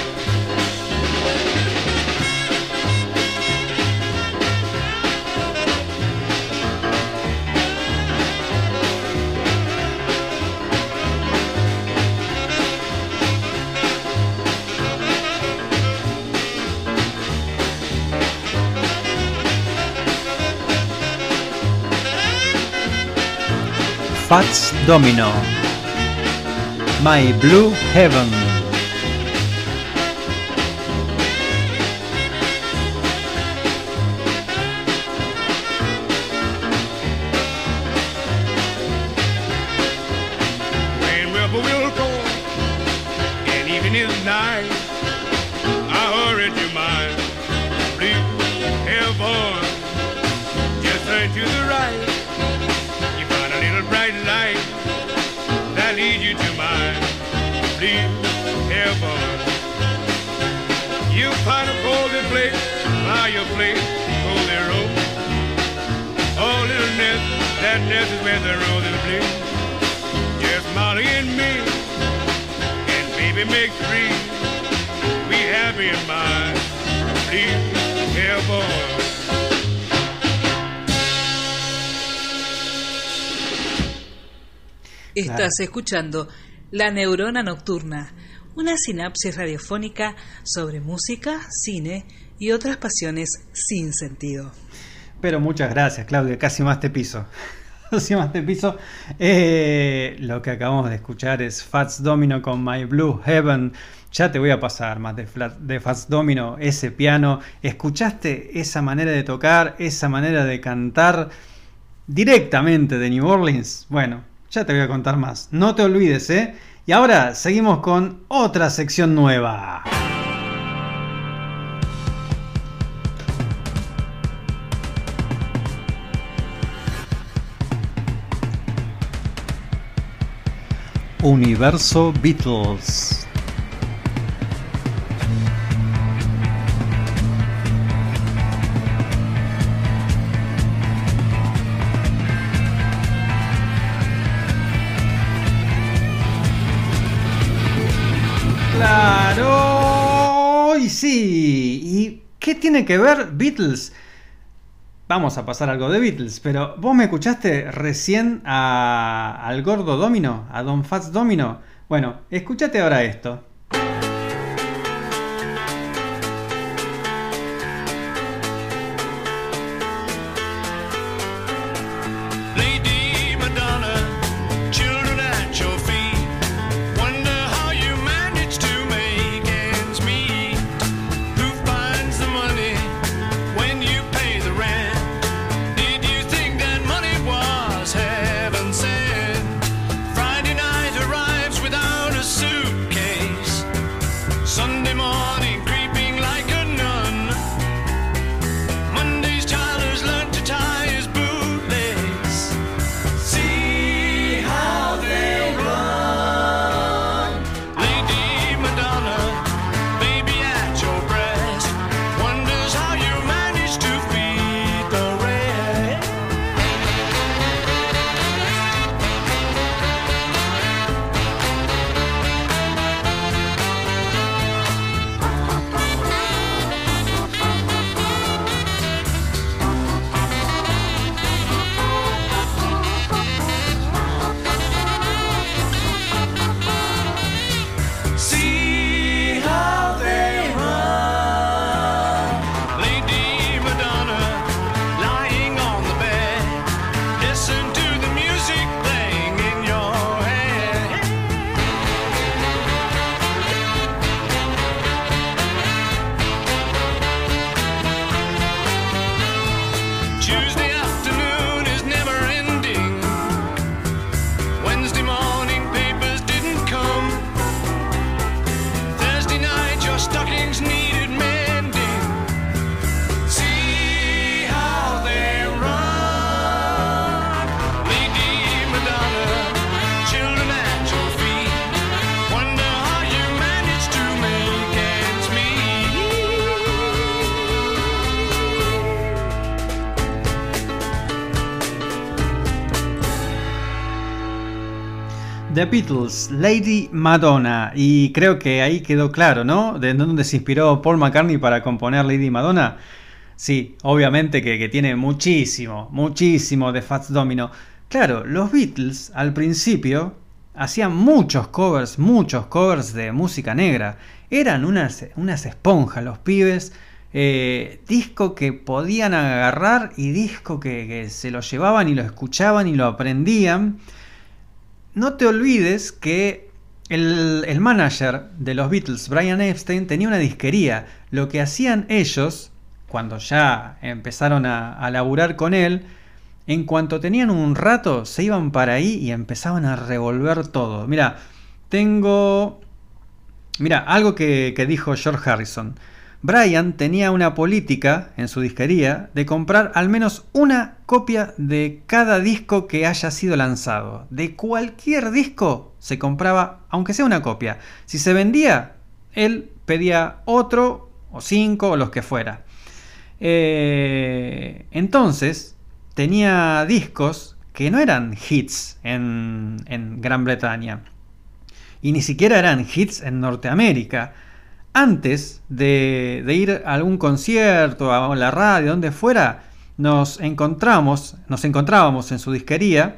Fats Domino, My Blue Heaven. When whippoorwill call and evening is nigh, I hurry to my blue heaven. Just turn to the right, you find a little bright light that leads you to my blue heaven. You find a cozy place, fireplace, cozy room, oh little nest, that nest is where the roses bloom. Just Molly and me, and baby makes three. We happy in my blue heaven. Estás escuchando La Neurona Nocturna, una sinapsis radiofónica sobre música, cine y otras pasiones sin sentido. Pero muchas gracias, Claudia, casi más te piso. Casi más te piso. Eh, lo que acabamos de escuchar es Fats Domino con My Blue Heaven. Ya te voy a pasar más de, de Fats Domino, ese piano. ¿Escuchaste esa manera de tocar, esa manera de cantar directamente de New Orleans? Bueno, ya te voy a contar más. No te olvides, ¿eh? Y ahora seguimos con otra sección nueva. Universo Beatles. Hoy sí. ¿Y qué tiene que ver Beatles? Vamos a pasar algo de Beatles, pero ¿vos me escuchaste recién a, al gordo Domino? ¿A Don Fats Domino? Bueno, escúchate ahora esto. Lady Madonna, children at your feet. Wonder how you manage to make ends meet. Who finds the money when you pay the rent? Did you think that money was heaven sent? Friday night arrives without a suitcase. Sunday morning creeping like a nun. Monday's child has learned to tie his bootlace. See how they run. Lady Madonna, baby at your breast, wonders how you manage to feed the rest. See how they run. Lady Madonna, lying on the bed, listen to the music playing in your head. Tuesday afternoon is never ending. Wednesday morning papers didn't come. Thursday night your stockings needed mending. See how they run. Lady Madonna, children at your feet. Wonder how you manage to make ends meet. The Beatles, Lady Madonna. Y creo que ahí quedó claro, ¿no? ¿De dónde se inspiró Paul McCartney para componer Lady Madonna? Sí, obviamente que, que tiene muchísimo, muchísimo de Fats Domino. Claro, los Beatles al principio hacían muchos covers, muchos covers de música negra. Eran unas, unas esponjas los pibes. Eh, disco que podían agarrar y disco que, que se lo llevaban y lo escuchaban y lo aprendían. No te olvides que el, el manager de los Beatles, Brian Epstein, tenía una disquería. Lo que hacían ellos, cuando ya empezaron a, a laburar con él, en cuanto tenían un rato, se iban para ahí y empezaban a revolver todo. Mira, tengo... Mira, algo que, que dijo George Harrison. Brian tenía una política en su disquería de comprar al menos una copia de cada disco que haya sido lanzado. De cualquier disco se compraba, aunque sea una copia. Si se vendía, él pedía otro o cinco o los que fuera. Eh, entonces, tenía discos que no eran hits en, en Gran Bretaña. Y ni siquiera eran hits en Norteamérica. Antes de, de ir a algún concierto, a la radio, donde fuera, nos encontramos, nos encontrábamos en su disquería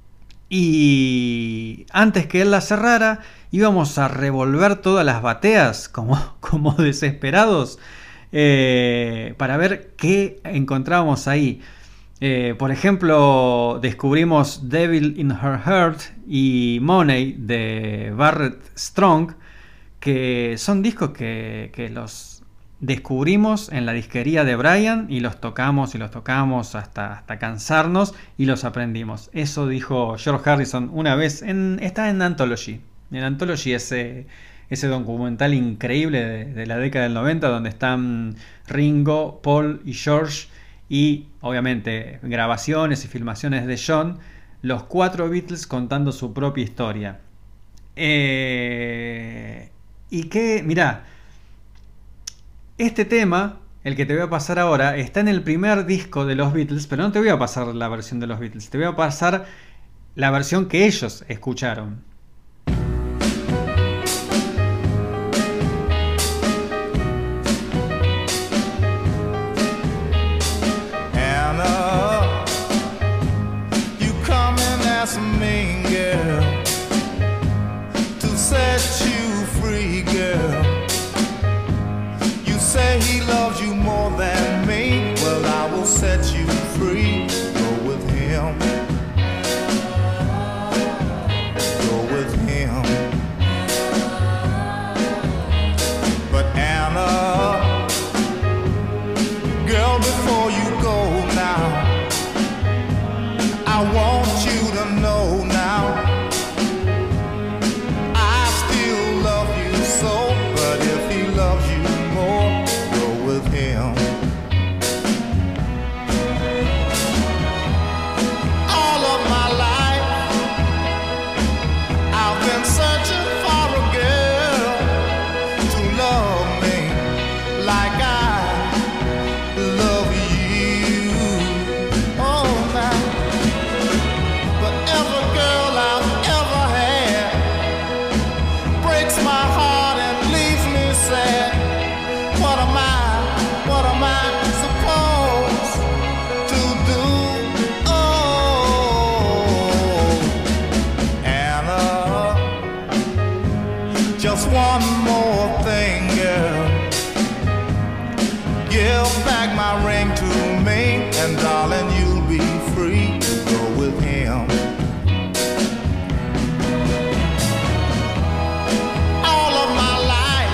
y antes que él la cerrara íbamos a revolver todas las bateas como, como desesperados eh, para ver qué encontrábamos ahí. Eh, por ejemplo, descubrimos Devil in Her Heart y Money de Barrett Strong, que son discos que, que los descubrimos en la disquería de Brian y los tocamos y los tocamos hasta, hasta cansarnos y los aprendimos. Eso dijo George Harrison una vez, en, está en Anthology. En Anthology ese, ese documental increíble de, de la década del noventa donde están Ringo, Paul y George y obviamente grabaciones y filmaciones de John, los cuatro Beatles contando su propia historia. Eh... Y que, mirá, este tema, el que te voy a pasar ahora, está en el primer disco de los Beatles, pero no te voy a pasar la versión de los Beatles, te voy a pasar la versión que ellos escucharon. ask a mean girl to set you free, girl. You say he loves you more than me. Well, I will set you free. Go with him. Go with him. But Anna, girl, before you go now, I want you to know now, I still love you so, but if he loves you more, go with him. All of my life, I've been searching for a girl to love me like I love you. Oh, now. But every girl I've ever had breaks my heart and leaves me sad. What am I, what am I supposed to do? Oh, Anna, just one more thing, girl. Give back my ring to me, and darling, you'll be free to go with him. All of my life,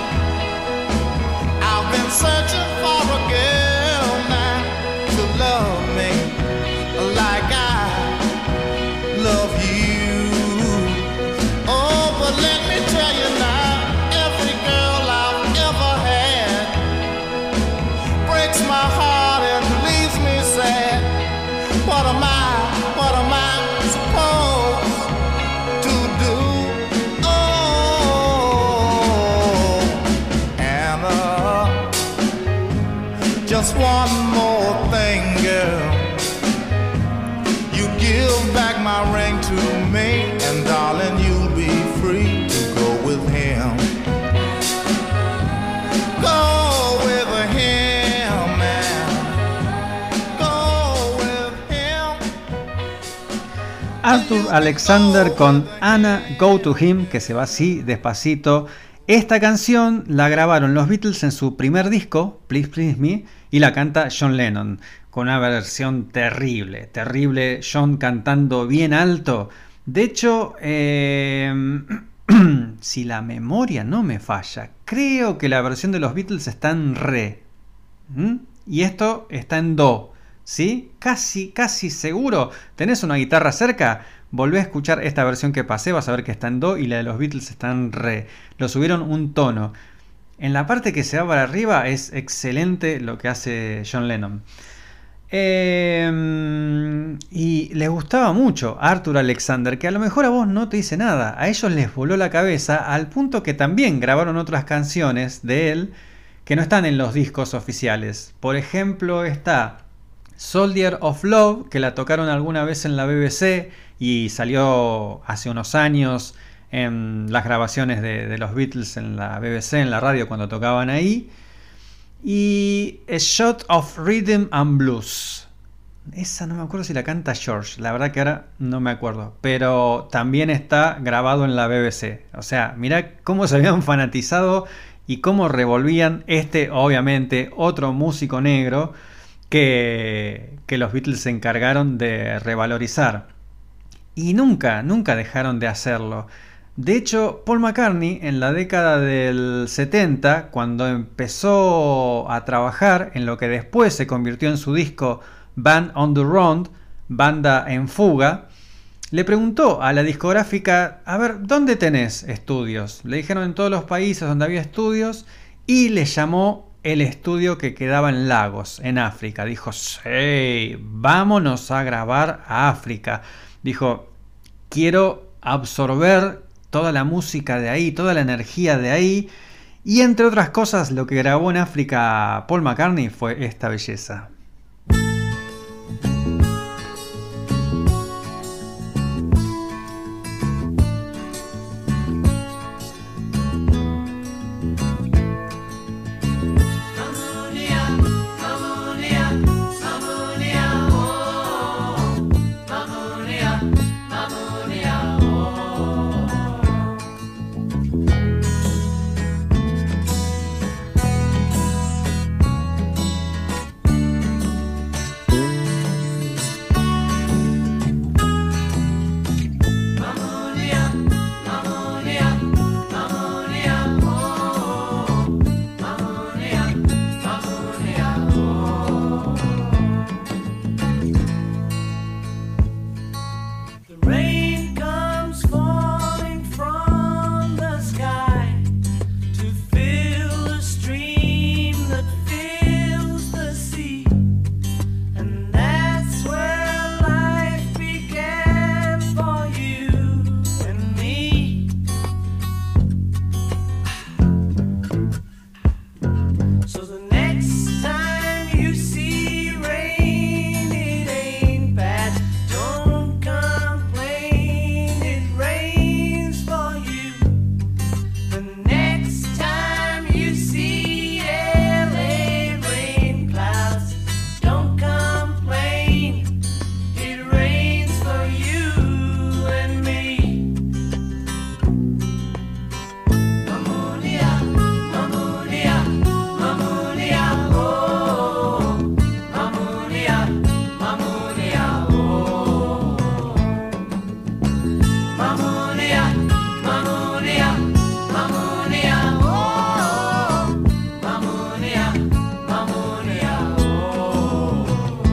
I've been searching for a girl now to love me like I love you. Oh, but let me tell you now, every girl I've ever had breaks my heart and leaves me sad. What am I, what am I supposed to do? Oh, Anna, just one more thing, girl. You give back my ring to me, and darling, you'll be free to go with him. Go with him, man. Go with him. Arthur Alexander con Anna Go to Him, que se va así despacito. Esta canción la grabaron los Beatles en su primer disco, Please Please Me, y la canta John Lennon, con una versión terrible, terrible, John cantando bien alto. De hecho, eh, si la memoria no me falla, creo que la versión de los Beatles está en re. ¿Mm? Y esto está en do, ¿sí? Casi, casi seguro. ¿Tenés una guitarra cerca? Volvé a escuchar esta versión que pasé, vas a ver que está en do y la de los Beatles está en re. Lo subieron un tono. En la parte que se va para arriba es excelente lo que hace John Lennon. Eh, y les gustaba mucho Arthur Alexander, que a lo mejor a vos no te dice nada. A ellos les voló la cabeza al punto que también grabaron otras canciones de él que no están en los discos oficiales. Por ejemplo está Soldier of Love, que la tocaron alguna vez en la B B C y salió hace unos años en las grabaciones de, de los Beatles en la B B C, en la radio cuando tocaban ahí. Y A Shot of Rhythm and Blues. Esa no me acuerdo si la canta George, la verdad que ahora no me acuerdo. Pero también está grabado en la B B C. O sea, mirá cómo se habían fanatizado y cómo revolvían este, obviamente, otro músico negro que, que los Beatles se encargaron de revalorizar. Y nunca, nunca dejaron de hacerlo. De hecho, Paul McCartney en la década del setenta, cuando empezó a trabajar en lo que después se convirtió en su disco Band on the Run, Banda en Fuga, le preguntó a la discográfica, a ver, ¿dónde tenés estudios? Le dijeron en todos los países donde había estudios y le llamó el estudio que quedaba en Lagos, en África. Dijo, sí, vámonos a grabar a África. Dijo, quiero absorber toda la música de ahí, toda la energía de ahí. Y entre otras cosas, lo que grabó en África Paul McCartney fue esta belleza. Rain comes falling from the sky to fill the stream that fills the sea. And that's where life began for you and me. So the next time you see rain, it ain't bad. Don't complain, it rains for you. The next time you see L A rain clouds, don't complain, it rains for you and me. Mamunia, Mamunia, Mamunia, oh. Mamunia, Mamunia, oh. Mamunia, Mamunia, Mamunia, oh. Mamunia, Mamunia, oh.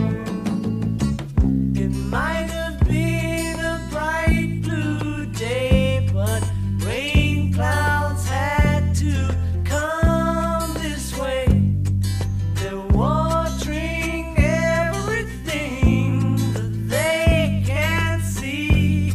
It might have been a bright blue day, but rain clouds had to come this way. They're watering everything that they can't see.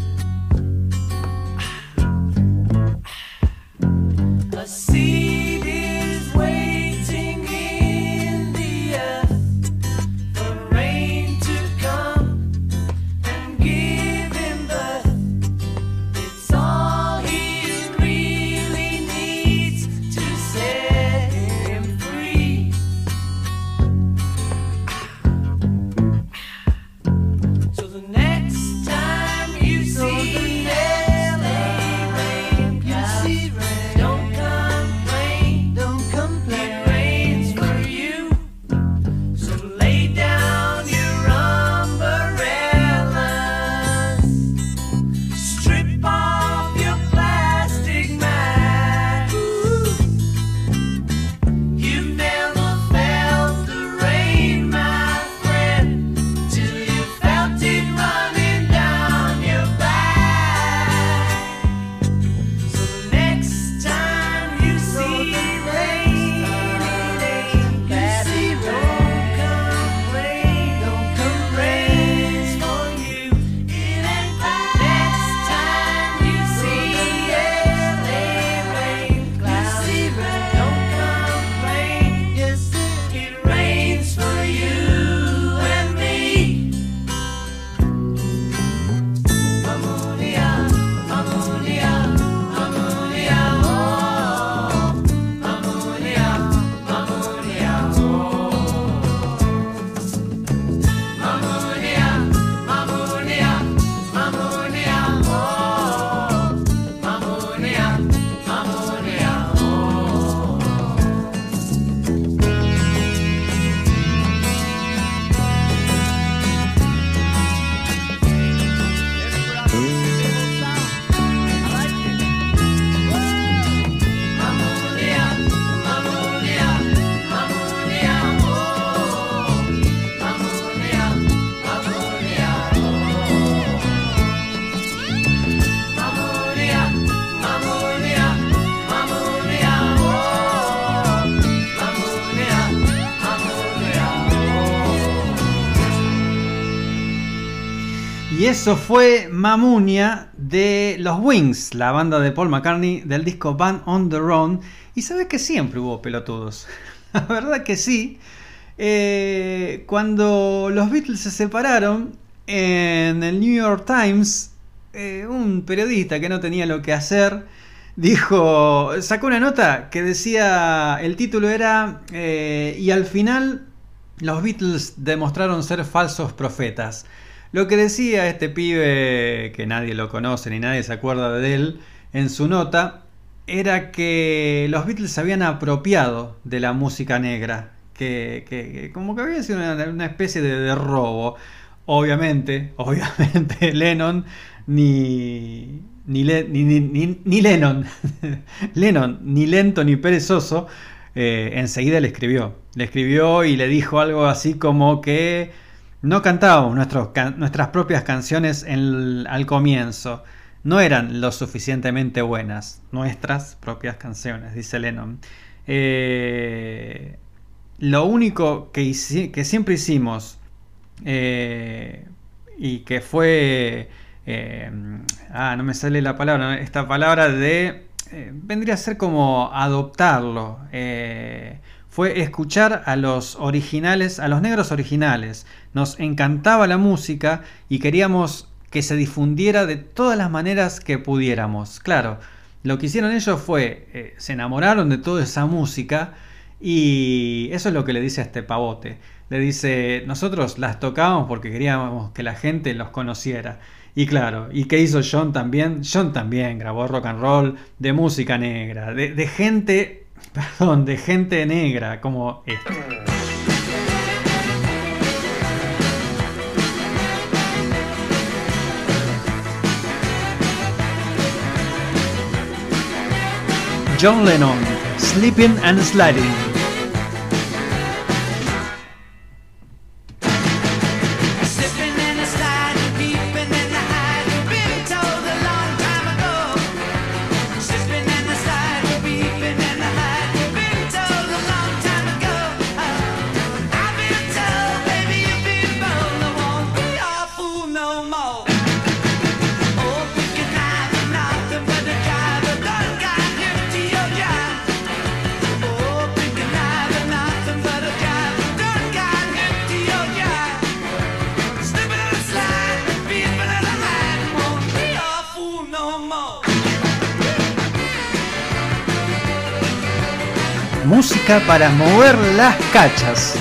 A seed is waiting in the earth for rain to come and give him birth. It's all he really needs to set him free. So the next time you see L A rain clouds, don't complain, don't complain, it rains for you. So lay down your umbrellas, strip off your plastic mask. You've never felt the rain, my friend, till you felt it running down your back. So the next time you see rain, it ain't bad. Don't complain, don't complain, it's for you. It ain't bad. Next time you see L A rain clouds, don't complain, yes, it rains for you and me. Mamunia, Mamunia, Mamunia, oh. Mamunia, Mamunia, oh. Mamunia, Mamunia, Mamunia, oh. Mamunia, Mamunia, oh. Mamunia, Mamunia, Mamunia, oh. Mamunia, Mamunia, oh. Mamunia, Mamunia, Mamunia, oh. Mamunia, Mamunia, oh. Y eso fue Mamunia de los Wings, la banda de Paul McCartney del disco Band on the Run. Y sabes que siempre hubo pelotudos. La verdad que sí. Eh, cuando los Beatles se separaron, en el New York Times, eh, un periodista que no tenía lo que hacer dijo, sacó una nota que decía, el título era eh, y al final los Beatles demostraron ser falsos profetas. Lo que decía este pibe, que nadie lo conoce ni nadie se acuerda de él, en su nota, era que los Beatles se habían apropiado de la música negra, que, que, que como que había sido una, una especie de, de robo. Obviamente, obviamente Lennon ni ni, le, ni, ni, ni, ni Lennon Lennon ni lento ni perezoso eh, enseguida le escribió le escribió y le dijo algo así como que no cantábamos nuestros, can- nuestras propias canciones en, al comienzo. No eran lo suficientemente buenas. Nuestras propias canciones, dice Lennon. Eh, lo único que, hici- que siempre hicimos eh, y que fue... Eh, ah, no me sale la palabra. Esta palabra de... Eh, vendría a ser como adoptarlo. Eh, fue escuchar a los originales, a los negros originales. Nos encantaba la música y queríamos que se difundiera de todas las maneras que pudiéramos. Claro, lo que hicieron ellos fue, eh, se enamoraron de toda esa música y eso es lo que le dice a este pavote. Le dice, nosotros las tocábamos porque queríamos que la gente los conociera. Y claro, ¿y qué hizo John también? John también grabó rock and roll de música negra, de, de gente, perdón, de gente negra como esto. John Lennon, Sleeping and Sliding. Música para mover las cachas.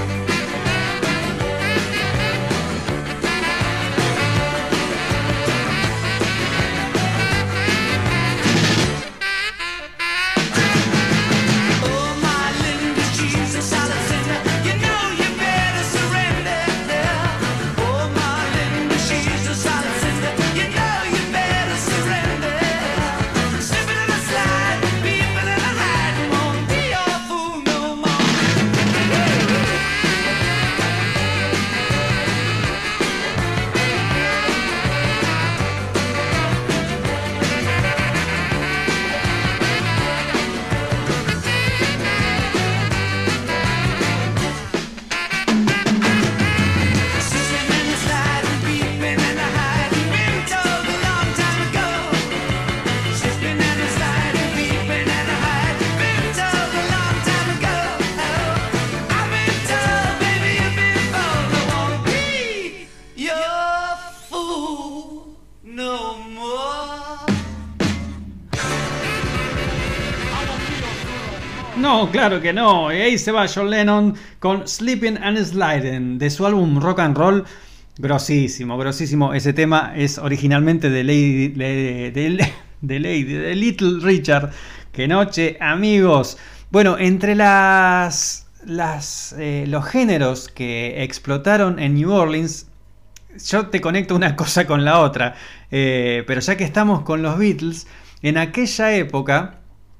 No, claro que no. Y ahí se va John Lennon con Sleeping and Sliding de su álbum Rock and Roll. Grosísimo, grosísimo. Ese tema es originalmente de Lady, de, de, de Lady, de Little Richard. ¡Qué noche, amigos! Bueno, entre las, las eh, los géneros que explotaron en New Orleans, yo te conecto una cosa con la otra. Eh, pero ya que estamos con los Beatles, en aquella época,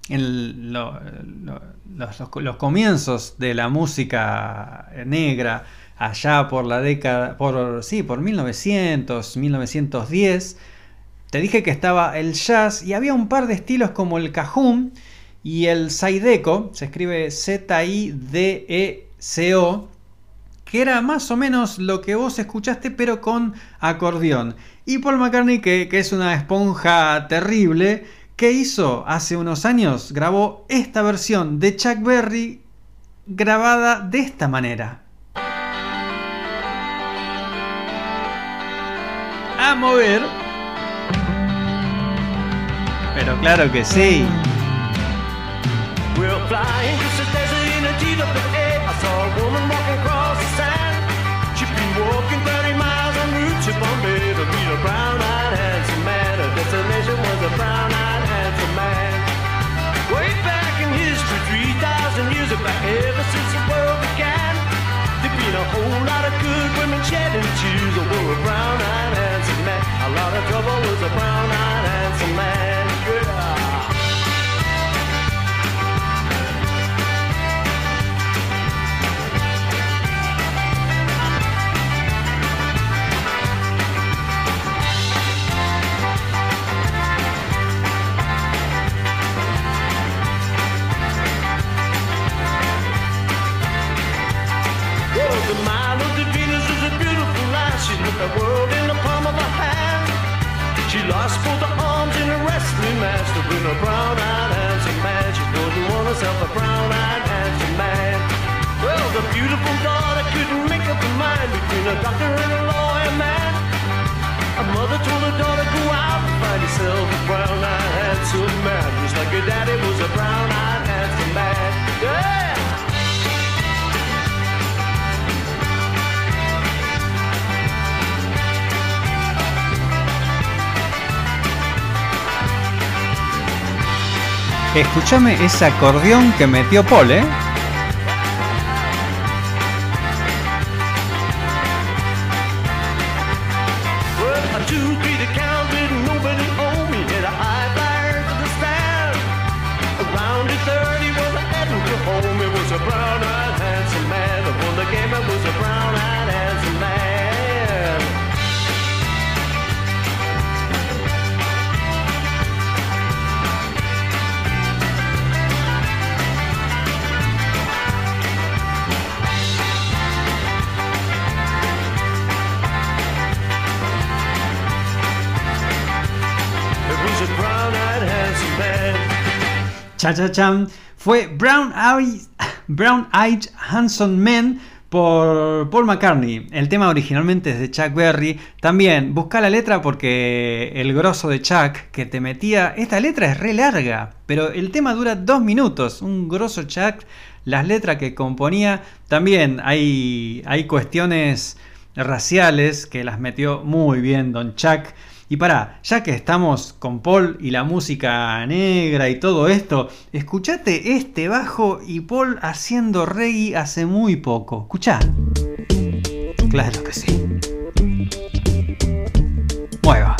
en lo, lo, los, los, los comienzos de la música negra, allá por la década, por sí, por mil novecientos, mil novecientos diez, te dije que estaba el jazz y había un par de estilos como el cajún y el zydeco, se escribe Z I D E C O, que era más o menos lo que vos escuchaste pero con acordeón. Y Paul McCartney, que, que es una esponja terrible, ¿qué hizo? Hace unos años grabó esta versión de Chuck Berry grabada de esta manera. A mover. Pero claro que sí. We're flying across the desert in a G W A. I saw a woman walking across the sand. She'd been walking thirty miles en route to Bombay to meet a brown-eyed handsome man. Her destination was a brown-eyed handsome man. Way back in history, three thousand years back, ever since the world began, there've been a whole lot of good women shedding tears over a brown-eyed handsome man. A lot of trouble was a brown-eyed handsome man. Yeah. lost both her arms in a wrestling match to win a brown-eyed handsome man. She wouldn't want herself a brown-eyed handsome man. Well, the beautiful daughter couldn't make up her mind between a doctor and a lawyer man. A mother told her daughter, go out and find yourself a brown-eyed handsome man, just like her daddy was a brown-eyed handsome man. Yeah! Escúchame ese acordeón que metió Paul, ¿eh? Cha Cha Chan fue Brown Eyed, Brown Eyed Handsome Man por Paul McCartney. El tema originalmente es de Chuck Berry. También busca la letra porque el grosso de Chuck que te metía... Esta letra es re larga, pero el tema dura dos minutos. Un grosso Chuck. Las letras que componía. También hay, hay cuestiones raciales que las metió muy bien Don Chuck. Y pará, ya que estamos con Paul y la música negra y todo esto, escuchate este bajo y Paul haciendo reggae hace muy poco. Escuchá. Claro que sí. Mueva.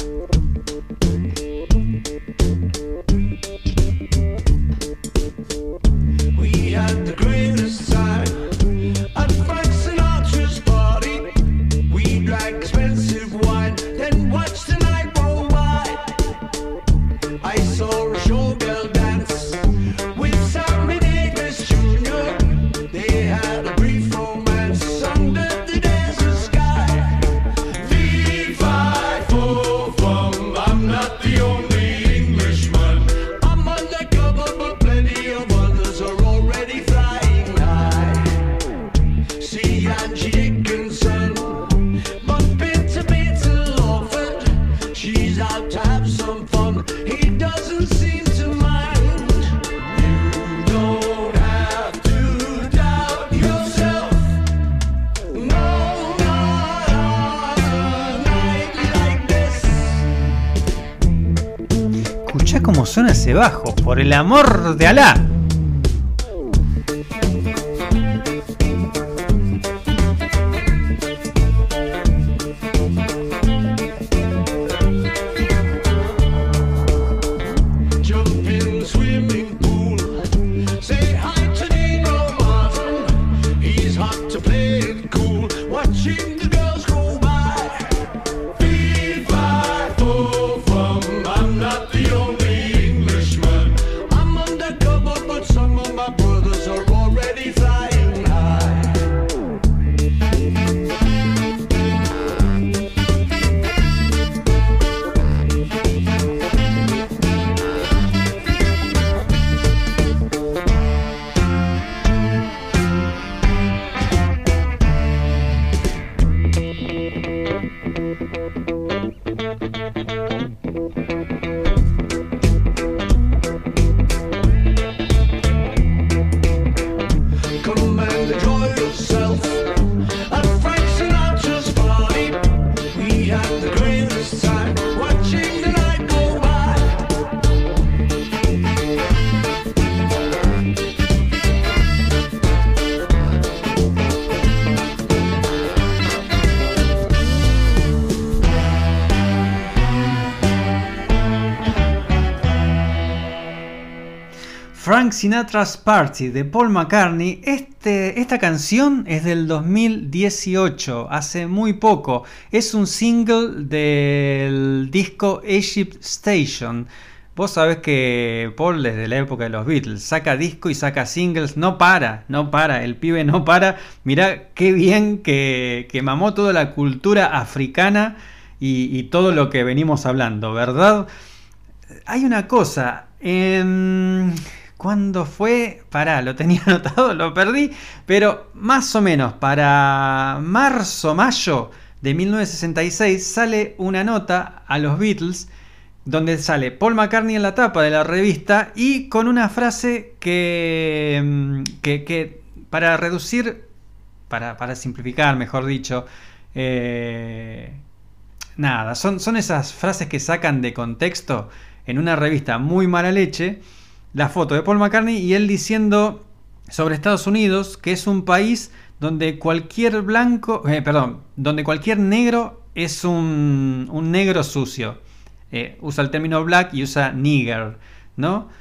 We had the greatest time at Frank Sinatra's party. We drank expensive wine, then watched the night roll by. I saw a showgirl dance with Sammy Davis Junior They had a brief romance under the desert sky. Fee, fi, fo, fum, I'm not the only Englishman. I'm undercover, but plenty of others are already flying high. See Angie Dickinson, bump into Peter Lawford. She's out to have some fun. He doesn't seem to mind. You don't have to doubt yourself. No, not on a night like this. Escuchá cómo suena ese bajo, por el amor de Alá. Jump in the swimming pool. Say hi to Negro Martin. He's hot to play it cool. Watching the girls go by. Fee, fi, fo, fum. I'm not the only Englishman. I'm undercover, but some of my brothers are already flying high. Come and enjoy yourself at Frank Sinatra's party. We had the greatest time watching the night go by. Frank Sinatra's Party de Paul McCartney. Este, esta canción es del dos mil dieciocho, hace muy poco. Es un single del disco Egypt Station. Vos sabés que Paul desde la época de los Beatles saca disco y saca singles, no para, no para, el pibe no para. Mirá qué bien que, que mamó toda la cultura africana y, y todo lo que venimos hablando, ¿verdad? Hay una cosa, en... ¿cuándo fue? Pará, lo tenía anotado, lo perdí, pero más o menos para marzo, mayo de mil novecientos sesenta y seis sale una nota a los Beatles donde sale Paul McCartney en la tapa de la revista y con una frase que, que, que para reducir, para, para simplificar, mejor dicho, eh, nada, son, son esas frases que sacan de contexto en una revista muy mala leche, la foto de Paul McCartney y él diciendo sobre Estados Unidos que es un país donde cualquier blanco, eh, perdón, donde cualquier negro es un, un negro sucio. Eh, usa el término black y usa nigger, ¿no?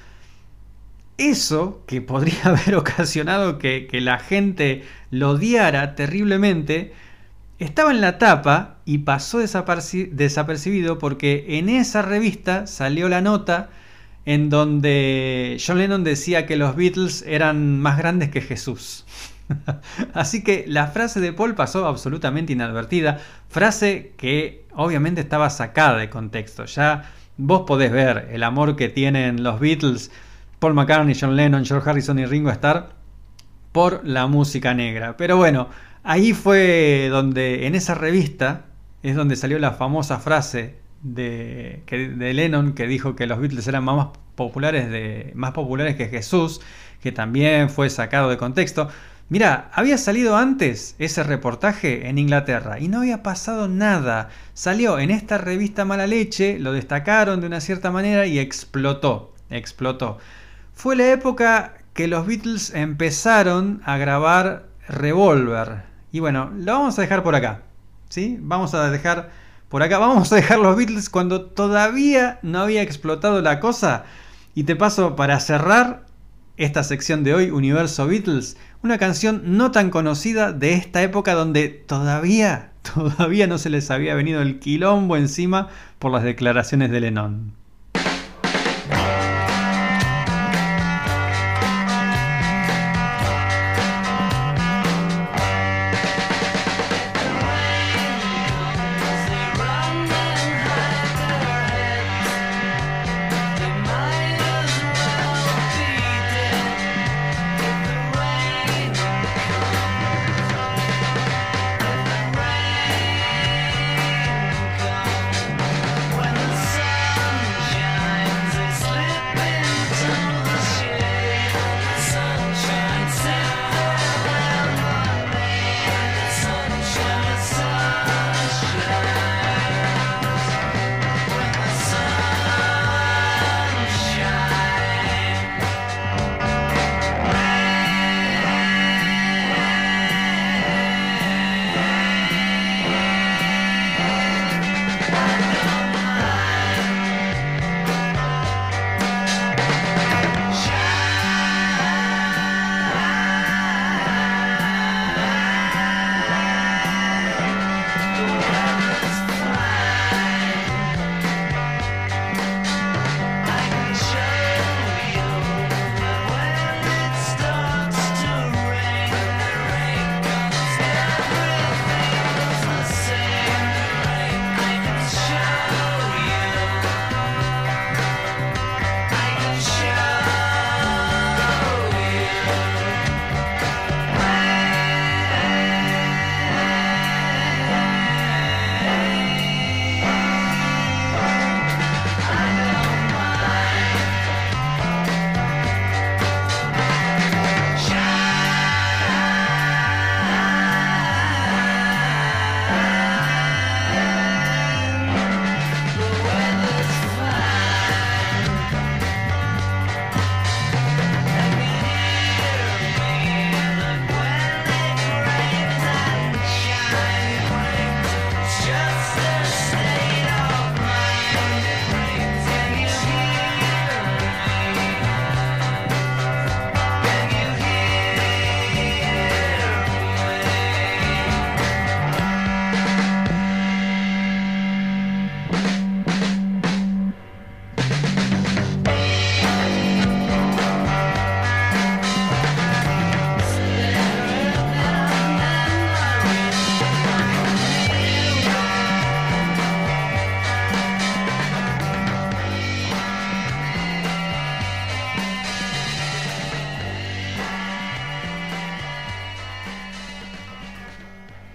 Eso que podría haber ocasionado que, que la gente lo odiara terriblemente, estaba en la tapa y pasó desaperci- desapercibido porque en esa revista salió la nota en donde John Lennon decía que los Beatles eran más grandes que Jesús. Así que la frase de Paul pasó absolutamente inadvertida, frase que obviamente estaba sacada de contexto. Ya vos podés ver el amor que tienen los Beatles, Paul McCartney, John Lennon, George Harrison y Ringo Starr por la música negra. Pero bueno, ahí fue donde, en esa revista, es donde salió la famosa frase de, que, de Lennon, que dijo que los Beatles eran más populares, de, más populares que Jesús, que también fue sacado de contexto. Mira, había salido antes ese reportaje en Inglaterra y no había pasado nada. Salió en esta revista Mala Leche, lo destacaron de una cierta manera y explotó, explotó. Fue la época que los Beatles empezaron a grabar Revolver. Y bueno, lo vamos a dejar por acá, ¿sí? Vamos a dejar por acá, vamos a dejar los Beatles cuando todavía no había explotado la cosa. Y te paso para cerrar esta sección de hoy, Universo Beatles, una canción no tan conocida de esta época donde todavía, todavía no se les había venido el quilombo encima por las declaraciones de Lennon.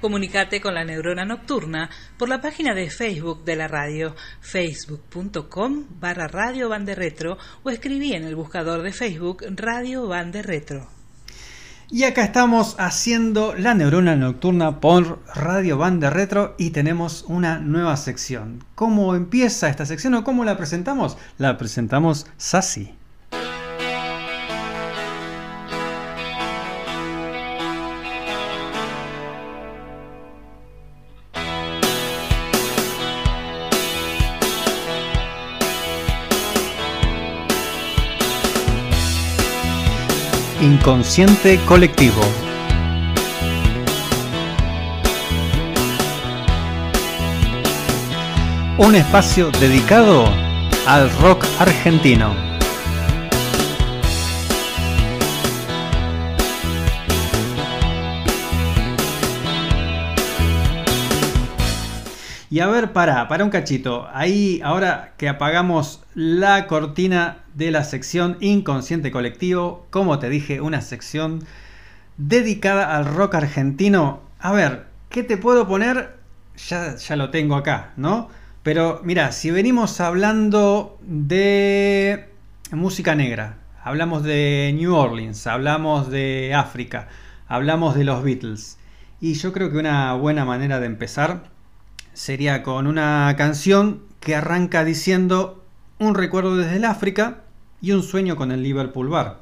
Comunicate con la Neurona Nocturna por la página de Facebook de la radio, facebook.com barra Radio Bande Retro, o escribí en el buscador de Facebook Radio Bande Retro. Y acá estamos haciendo la Neurona Nocturna por Radio Bande Retro y tenemos una nueva sección. ¿Cómo empieza esta sección o cómo la presentamos? La presentamos Sassy. Inconsciente colectivo. Un espacio dedicado al rock argentino. Y a ver, para, para un cachito. Ahí, ahora que apagamos la cortina de la sección Inconsciente Colectivo, como te dije, una sección dedicada al rock argentino. A ver, ¿qué te puedo poner? Ya, ya lo tengo acá, ¿no? Pero mira, si venimos hablando de música negra, hablamos de New Orleans, hablamos de África, hablamos de los Beatles. Y yo creo que una buena manera de empezar sería con una canción que arranca diciendo: un recuerdo desde el África y un sueño con el Liverpool Bar.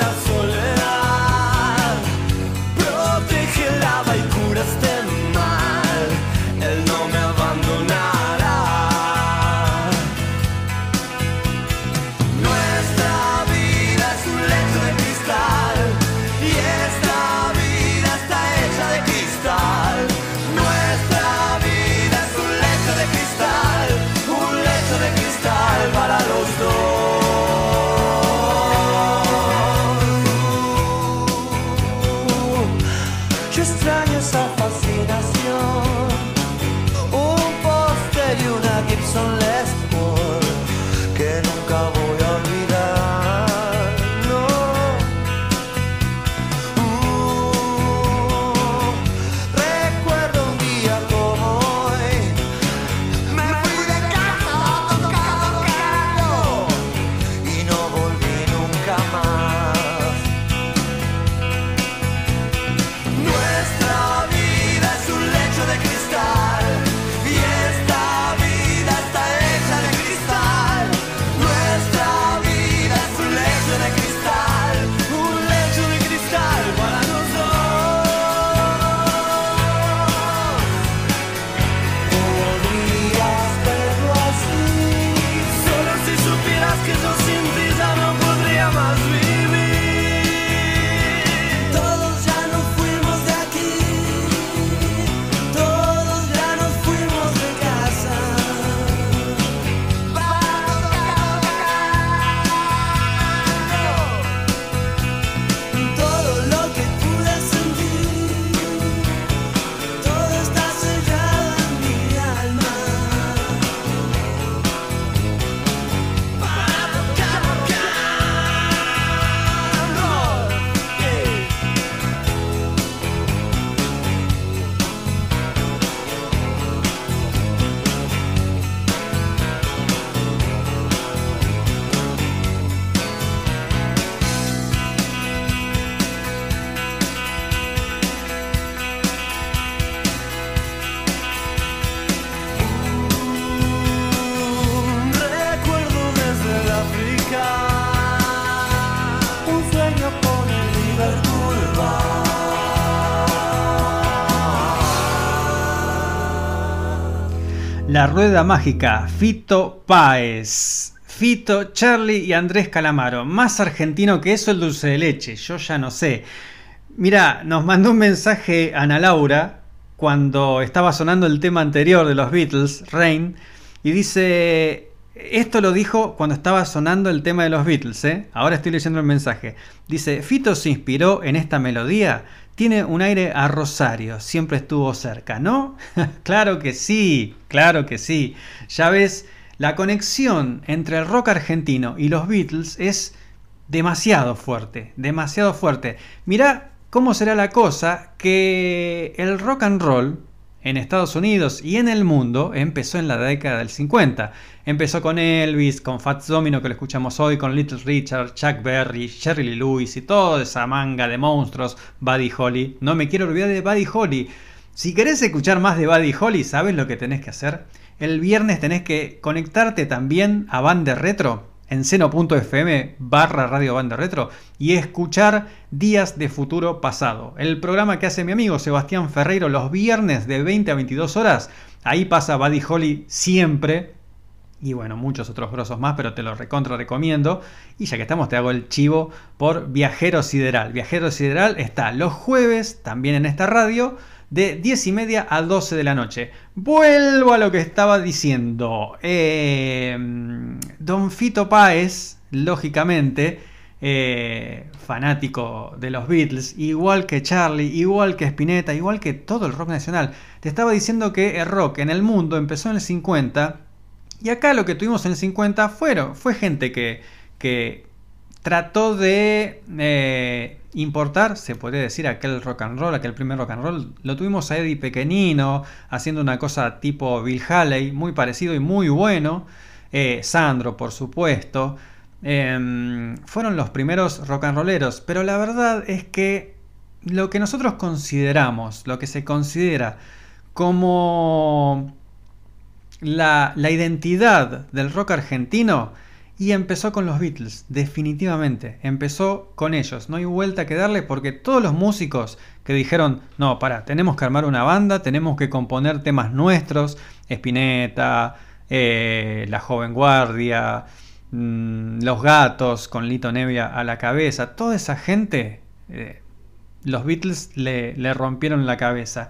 Protege, lava y cura este mal. sueño con el Liverpool Bar. La rueda mágica, Fito Páez. Fito, Charlie y Andrés Calamaro. Más argentino que eso el dulce de leche, yo ya no sé. Mira, nos mandó un mensaje Ana Laura cuando estaba sonando el tema anterior de los Beatles, Rain, y dice, esto lo dijo cuando estaba sonando el tema de los Beatles, ¿eh? Ahora estoy leyendo el mensaje. Dice, Fito se inspiró en esta melodía, tiene un aire a Rosario, siempre estuvo cerca, ¿no? Claro que sí, claro que sí. Ya ves, la conexión entre el rock argentino y los Beatles es demasiado fuerte, demasiado fuerte. Mirá cómo será la cosa que el rock and roll en Estados Unidos y en el mundo empezó en la década del cincuenta. Empezó con Elvis, con Fats Domino, que lo escuchamos hoy, con Little Richard, Chuck Berry, Jerry Lee Lewis y toda esa manga de monstruos, Buddy Holly. No me quiero olvidar de Buddy Holly. Si querés escuchar más de Buddy Holly, ¿sabes lo que tenés que hacer? El viernes tenés que conectarte también a Bande Retro en seno punto f m barra Radio Bande Retro y escuchar Días de Futuro Pasado, el programa que hace mi amigo Sebastián Ferreiro los viernes de veinte a veintidós horas. Ahí pasa Buddy Holly siempre y bueno, muchos otros grosos más, pero te lo recontra recomiendo. Y ya que estamos, te hago el chivo por Viajero Sideral. Viajero Sideral está los jueves también en esta radio de diez y media a doce de la noche. Vuelvo a lo que estaba diciendo. Eh, Don Fito Páez, lógicamente, eh, fanático de los Beatles, igual que Charlie, igual que Spinetta, igual que todo el rock nacional. Te estaba diciendo que el rock en el mundo empezó en el cincuenta, y acá lo que tuvimos en el cincuenta fueron, fue gente que, que trató de eh, importar, se podría decir, aquel rock and roll, aquel primer rock and roll. Lo tuvimos a Eddie Pequenino haciendo una cosa tipo Bill Haley, muy parecido y muy bueno. Eh, Sandro, por supuesto. Eh, fueron los primeros rock and rolleros, pero la verdad es que lo que nosotros consideramos, lo que se considera como la, la identidad del rock argentino, y empezó con los Beatles, definitivamente. Empezó con ellos. No hay vuelta que darle porque todos los músicos que dijeron, no, pará, tenemos que armar una banda, tenemos que componer temas nuestros, Spinetta, eh, La Joven Guardia, mmm, Los Gatos con Lito Nevia a la cabeza, toda esa gente, eh, los Beatles le, le rompieron la cabeza.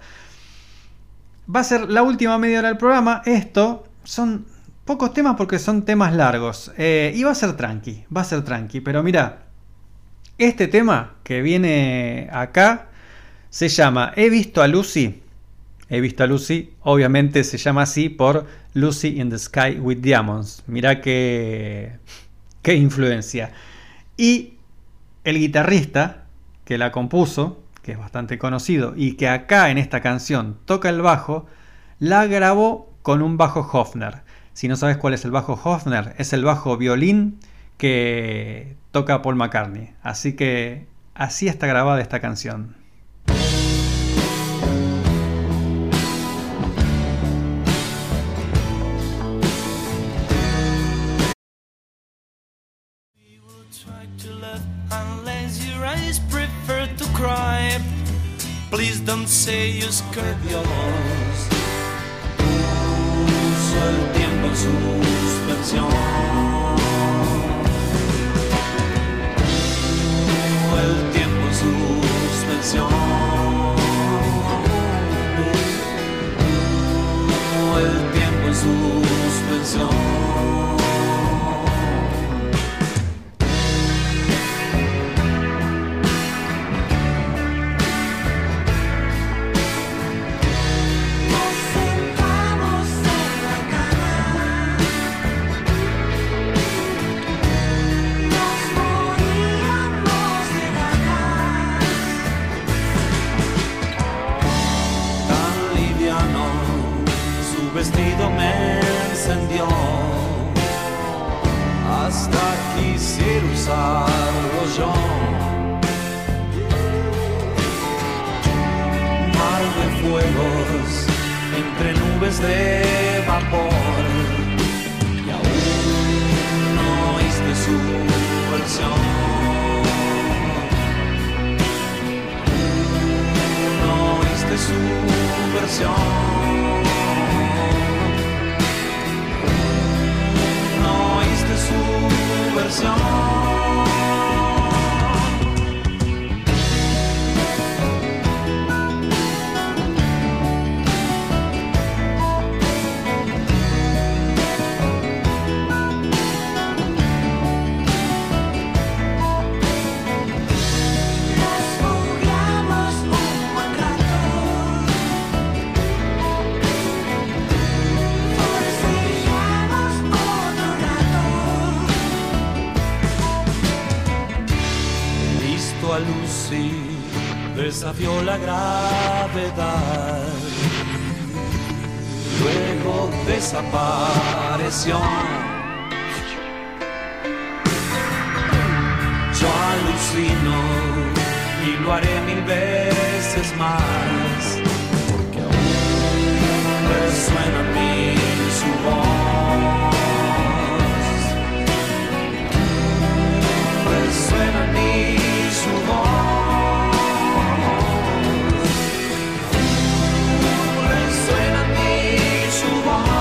Va a ser la última media hora del programa. Esto son pocos temas porque son temas largos. Eh, y va a ser tranqui, va a ser tranqui. Pero mira, este tema que viene acá se llama He visto a Lucy. He visto a Lucy, obviamente se llama así por Lucy in the Sky with Diamonds. Mirá qué, qué influencia. Y el guitarrista que la compuso, que es bastante conocido y que acá en esta canción toca el bajo, la grabó con un bajo Hofner. Si no sabes cuál es el bajo Hofner, es el bajo violín que toca Paul McCartney. Así que así está grabada esta canción. Please don't say you skirt Dios. Puso el tiempo en suspensión. Puso el tiempo en suspensión. Puso el tiempo en suspensión. Vestido me encendió, hasta quisiera usarlo yo. Mar de fuegos entre nubes de vapor, y aún no oíste su versión. versión. No oíste su versión. A Lucy desafió la gravedad, luego desapareció. Yo alucino y lo haré mil veces más, porque aún resuena en mí su voz, resuena en mí su voz, resuena en mí su voz.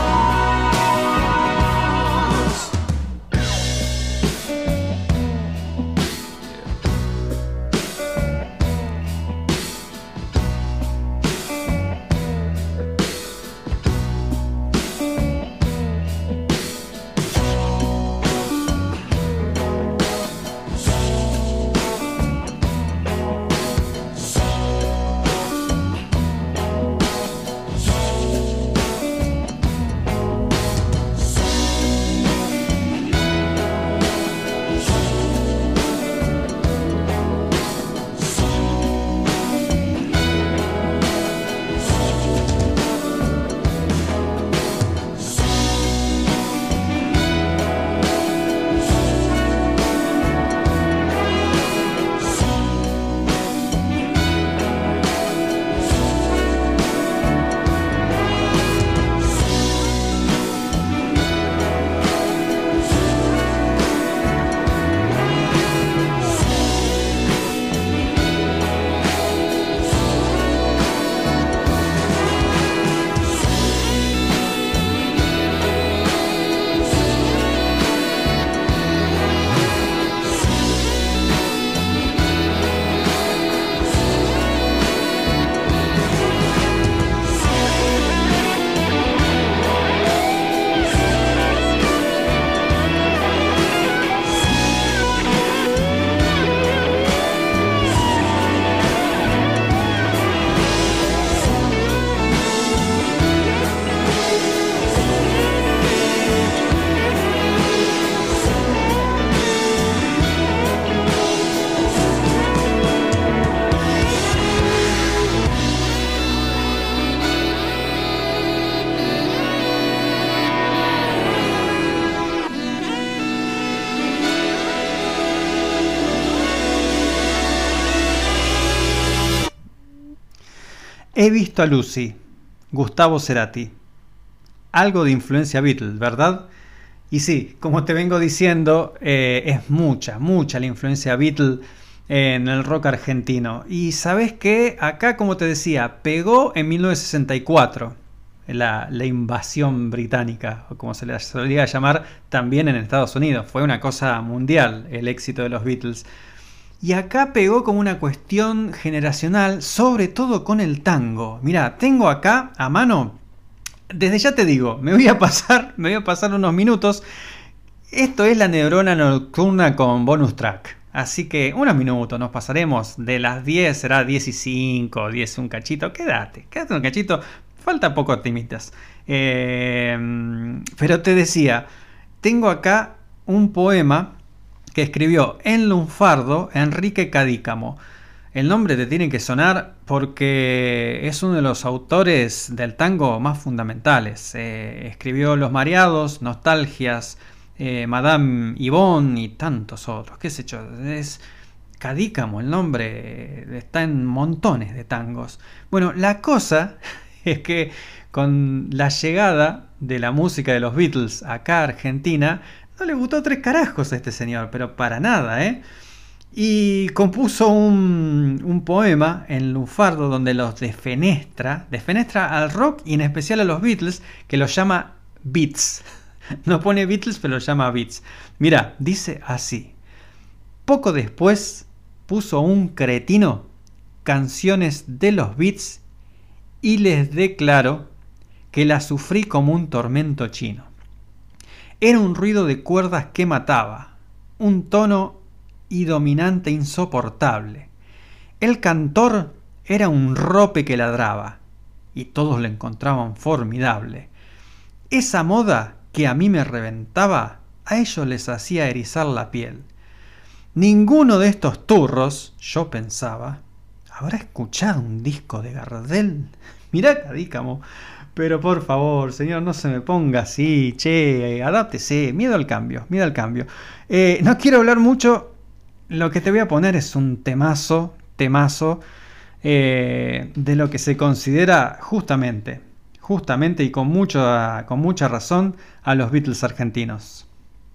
He visto a Lucy, Gustavo Cerati. Algo de influencia Beatles, ¿verdad? Y sí, como te vengo diciendo, eh, es mucha, mucha la influencia Beatles en el rock argentino. Y ¿sabes qué? Acá, como te decía, pegó en mil novecientos sesenta y cuatro la, la invasión británica, o como se le solía llamar también en Estados Unidos. Fue una cosa mundial el éxito de los Beatles. Y acá pegó como una cuestión generacional, sobre todo con el tango. Mirá, tengo acá a mano, desde ya te digo, me voy a pasar, me voy a pasar unos minutos. Esto es la Neurona Nocturna con bonus track. Así que unos minutos nos pasaremos. De las diez será diez y cinco, diez un cachito. Quédate, quédate un cachito. Falta poco optimistas. Eh, pero te decía, tengo acá un poema que escribió en lunfardo Enrique Cadícamo. El nombre te tiene que sonar porque es uno de los autores del tango más fundamentales. Eh, escribió Los Mareados, Nostalgias, eh, Madame Yvonne y tantos otros. ¿Qué sé yo? Es Cadícamo, el nombre está en montones de tangos. Bueno, la cosa es que con la llegada de la música de los Beatles acá a Argentina, no le gustó tres carajos a este señor, pero para nada, ¿eh? Y compuso un, un poema en lunfardo donde los defenestra, defenestra al rock y en especial a los Beatles, que los llama Beats. No pone Beatles, pero los llama Beats. Mira, dice así. Poco después puso un cretino canciones de los Beats y les declaro que las sufrí como un tormento chino. Era un ruido de cuerdas que mataba, un tono y dominante insoportable. El cantor era un rope que ladraba, y todos lo encontraban formidable. Esa moda que a mí me reventaba, a ellos les hacía erizar la piel. Ninguno de estos turros, yo pensaba, ¿habrá escuchado un disco de Gardel? Mirá Cadícamo. Pero por favor, señor, no se me ponga así, che, adáptese, miedo al cambio, miedo al cambio. Eh, no quiero hablar mucho. Lo que te voy a poner es un temazo, temazo, eh, de lo que se considera justamente, justamente y con, mucho, con mucha razón, a los Beatles argentinos.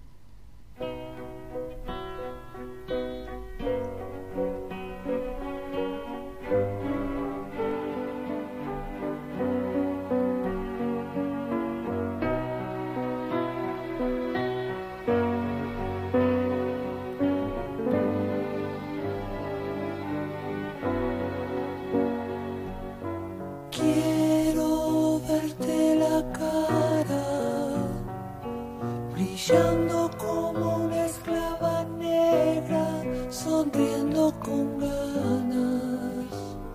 Quiero verte la cara, brillando como una esclava negra, sonriendo con ganas.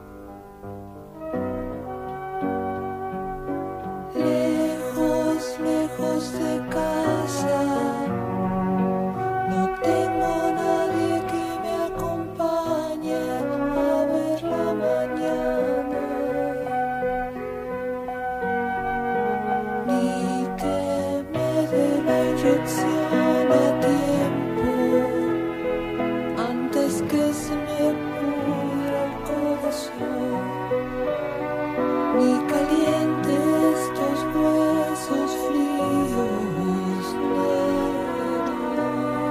Lejos, lejos de casa, no tengo nadie que me acompañe a ver la mañana. Ni que me dé la inyección a tiempo antes que se me pudra el corazón, ni caliente estos huesos fríos negros.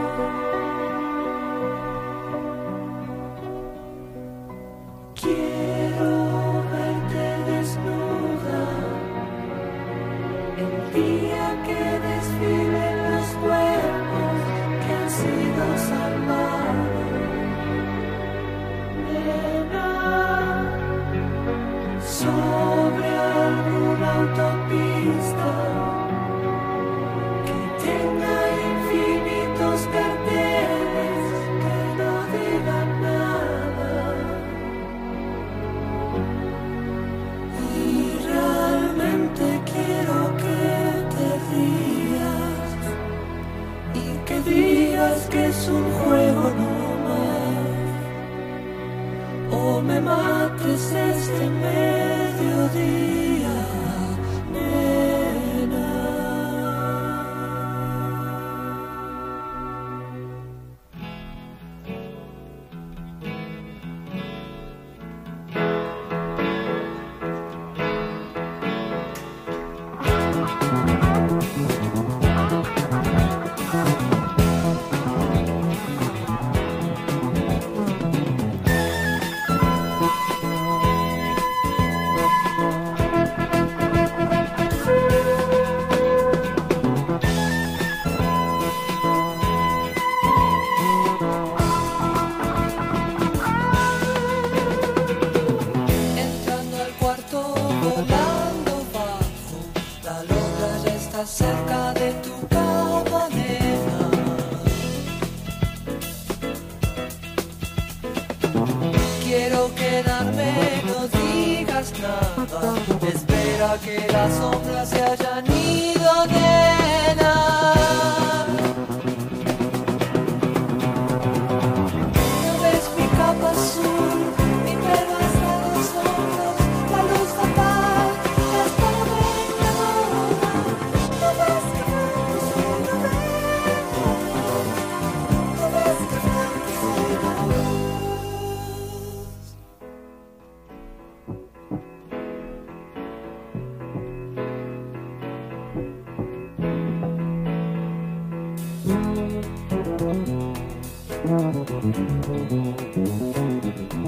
Quiero verte desnuda el día que desfilen los cuerpos que han sido salvados. Nena, sobre alguna autopista que tenga infinitos carteles que no digan nada. Y realmente quiero que te rías y que digas que es un juego no más, o me mates este mediodía, nena. Entrando al cuarto, volando bajo, la luna ya está cerca de tu cama, nena. Quiero quedarme, no digas nada, espera que las sombras se hayan ido, nena. ¿No ves mi capa azul, mi pelo hasta los ojos, la luz apagada, hasta ver la boda? ¿No ves que blanco soy, no ves? ¿No ves que blanco soy, no ves?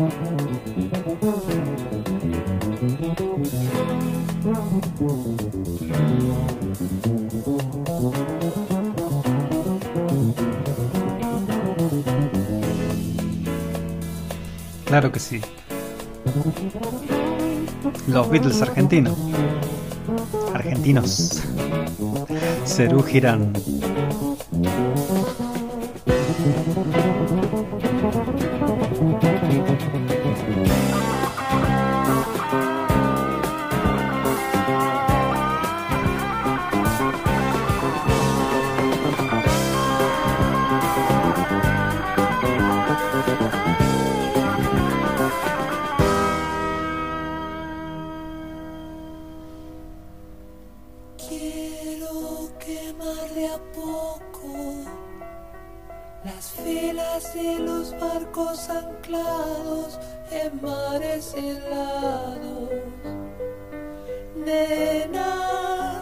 Claro que sí. Los Beatles argentinos. Argentinos. Serú Girán. Quiero quemar de a poco las filas de los barcos anclados en mares helados. Nena,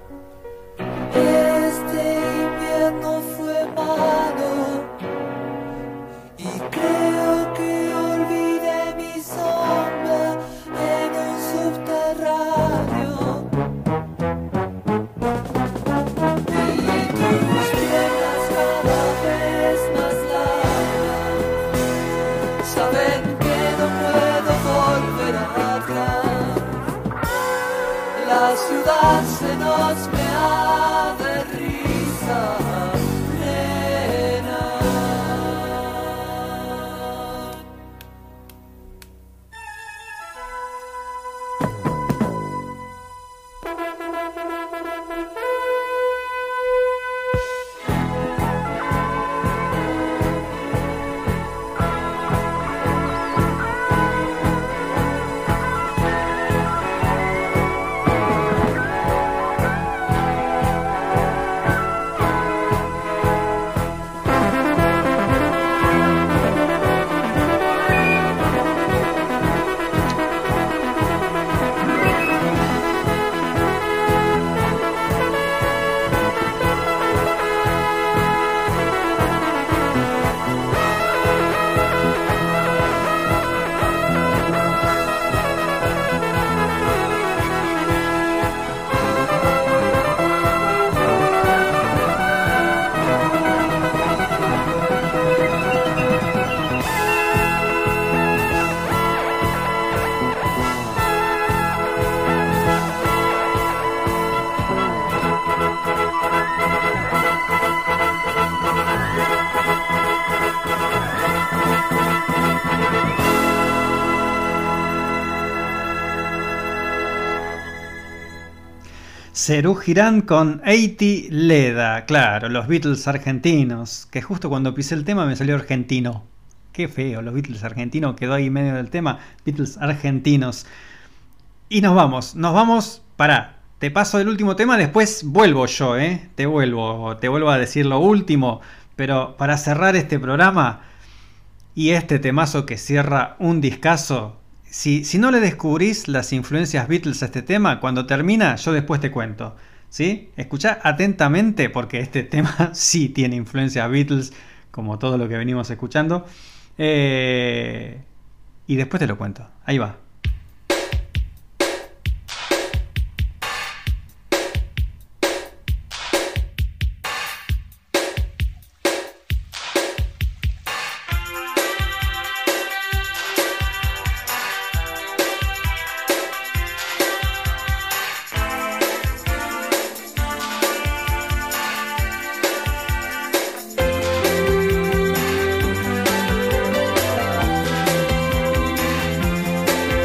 este invierno fue malo y creo que olvidé mi sombra en un subterráneo. Saben que no puedo volver atrás. La ciudad se nos mea de risa, nena. Serú Girán con ochenta Leda, claro, los Beatles argentinos, que justo cuando pisé el tema me salió argentino. Qué feo, los Beatles argentinos, quedó ahí medio del tema, Beatles argentinos. Y nos vamos, nos vamos, pará, te paso el último tema, después vuelvo yo, ¿eh? Te vuelvo, te vuelvo a decir lo último, pero para cerrar este programa y este temazo que cierra un discazo. Si, si no le descubrís las influencias Beatles a este tema, cuando termina yo después te cuento, ¿sí? Escuchá atentamente porque este tema sí tiene influencias Beatles, como todo lo que venimos escuchando. Eh, y después te lo cuento. Ahí va. Thank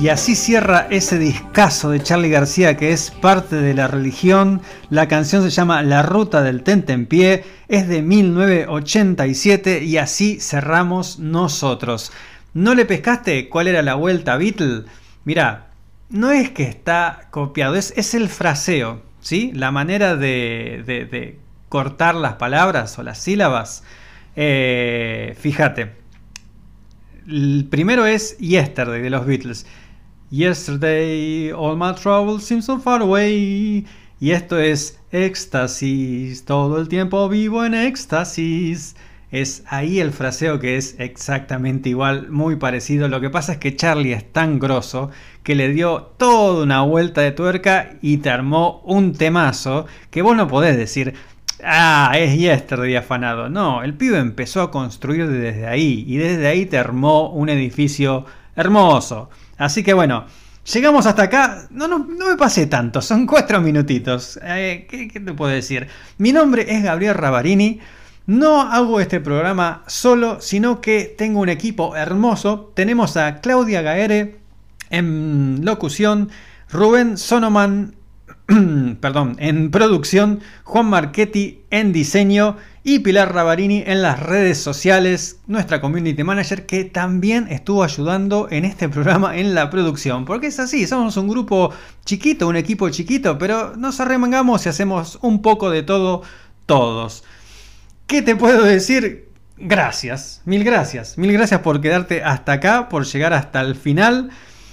Y así cierra ese discazo de Charly García que es Parte de la Religión. La canción se llama La Ruta del Tentempié, es de mil novecientos ochenta y siete y así cerramos nosotros. ¿No le pescaste cuál era la vuelta Beatle? Mirá, no es que está copiado, es, es el fraseo, ¿sí? La manera de, de, de cortar las palabras o las sílabas. Eh, fíjate, el primero es Yesterday de los Beatles. Yesterday, all my troubles seem so far away. Y esto es éxtasis, todo el tiempo vivo en éxtasis. Es ahí el fraseo que es exactamente igual, muy parecido. Lo que pasa es que Charly es tan grosso que le dio toda una vuelta de tuerca y te armó un temazo que vos no podés decir, ah, es Yesterday afanado. No, el pibe empezó a construir desde ahí y desde ahí te armó un edificio hermoso. Así que bueno, llegamos hasta acá. No, no, no me pasé tanto, son cuatro minutitos. Eh, ¿qué, ¿Qué te puedo decir? Mi nombre es Gabriel Ravarini. No hago este programa solo, sino que tengo un equipo hermoso. Tenemos a Claudia Gaere en locución, Rubén Sonoman, perdón, en producción, Juan Marchetti en diseño y Pilar Ravarini en las redes sociales, nuestra community manager que también estuvo ayudando en este programa en la producción. Porque es así, somos un grupo chiquito, un equipo chiquito, pero nos arremangamos y hacemos un poco de todo todos. ¿Qué te puedo decir? Gracias, mil gracias, mil gracias por quedarte hasta acá, por llegar hasta el final.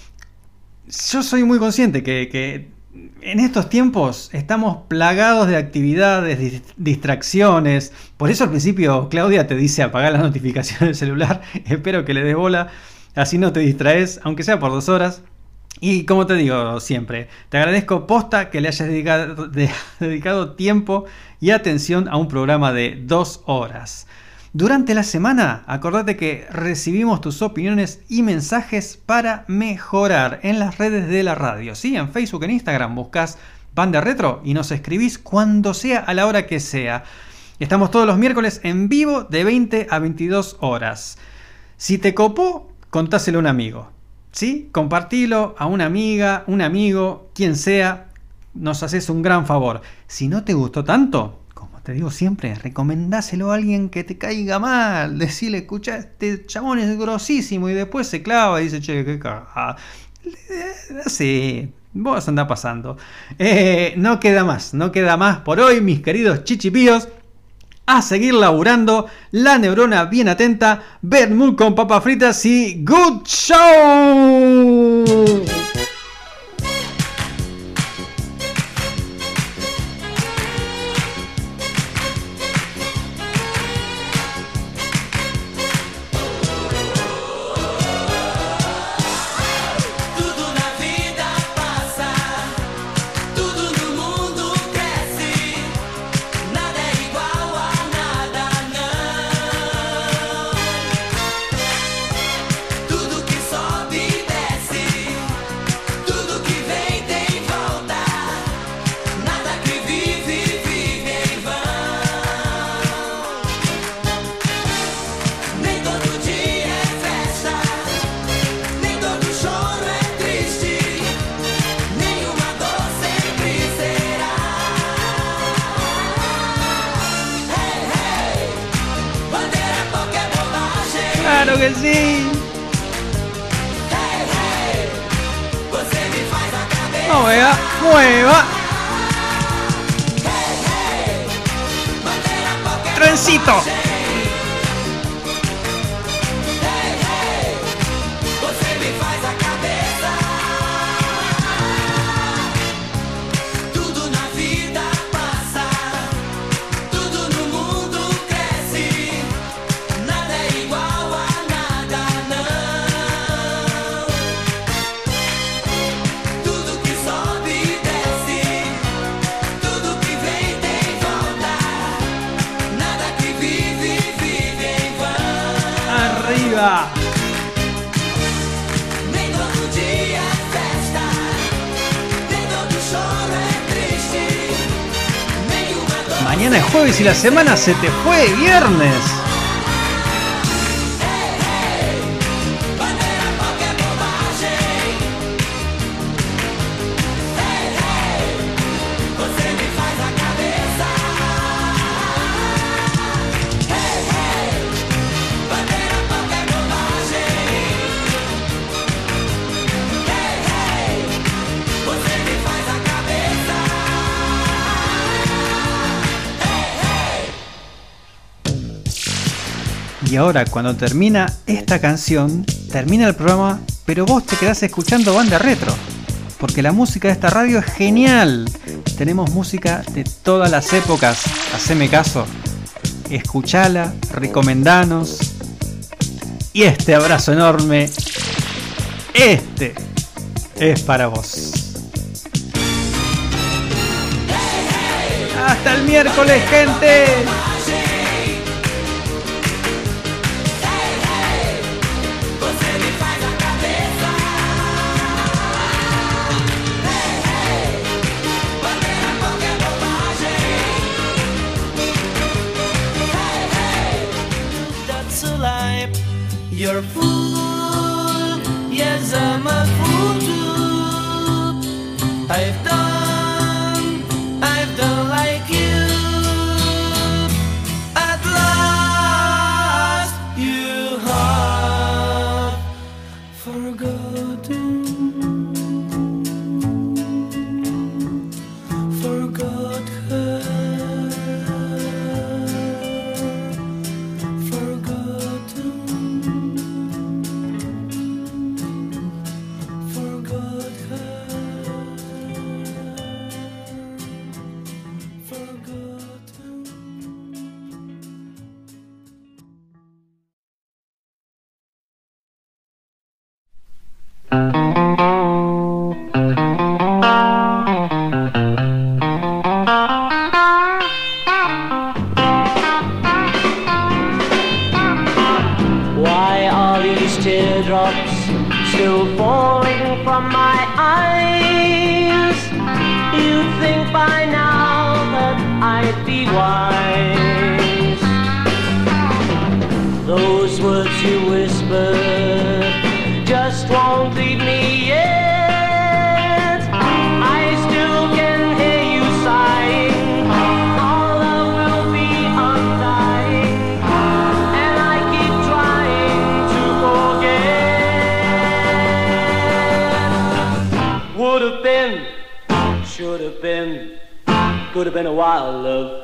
Yo soy muy consciente que, que en estos tiempos estamos plagados de actividades, distracciones. Por eso al principio Claudia te dice apagar las notificaciones del celular. Espero que le des bola, así no te distraes, aunque sea por dos horas. Y como te digo siempre, te agradezco posta que le hayas dedicado, de, dedicado tiempo y atención a un programa de dos horas. Durante la semana, acordate que recibimos tus opiniones y mensajes para mejorar en las redes de la radio. Sí, en Facebook, en Instagram, buscas Banda Retro y nos escribís cuando sea, a la hora que sea. Estamos todos los miércoles en vivo de veinte a veintidós horas. Si te copó, contáselo a un amigo. ¿Sí? Compartilo a una amiga, un amigo, quien sea. Nos haces un gran favor. Si no te gustó tanto, como te digo siempre, recomendáselo a alguien que te caiga mal. Decirle, escucha, este chabón es grosísimo. Y después se clava y dice, che, qué caga. Sí, vos andá pasando. Eh, no queda más, no queda más por hoy, mis queridos chichipíos. A seguir laburando, la neurona bien atenta, vermut con papas fritas y good show. Claro que sí. Mueva, mueva. Trencito. Mañana es jueves y la semana se te fue viernes. Y ahora, cuando termina esta canción, termina el programa, pero vos te quedás escuchando banda retro. Porque la música de esta radio es genial. Tenemos música de todas las épocas. Haceme caso. Escuchala, recomendanos. Y este abrazo enorme, este es para vos. Hasta el miércoles, gente. You're a fool, yes I'm a fool too. I've done, I've done like you. At last you have forgotten, forgot her. Why are these teardrops still falling from my eyes? You'd think by now that I'd be wise. Those words you whispered just won't leave me yet. I still can hear you sighing. Our love will be undying, and I keep trying to forget. Would have been, should have been, could have been a wild love.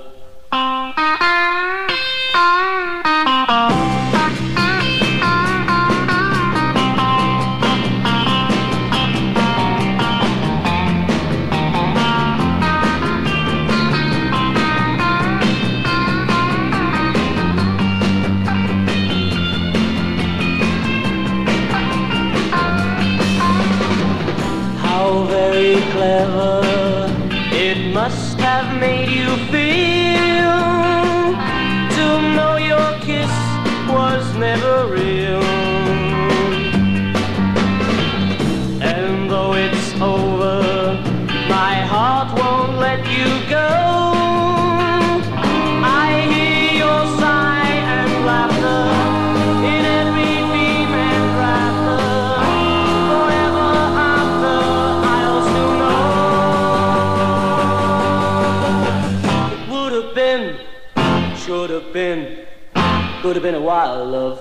Clever, it must have made you feel to know your kiss was never real. And though it's over, my heart won't let you go. I hear your sigh and laughter in every beam and rafter. Forever after, I'll still know. It would have been, should have been, could have been a wild love.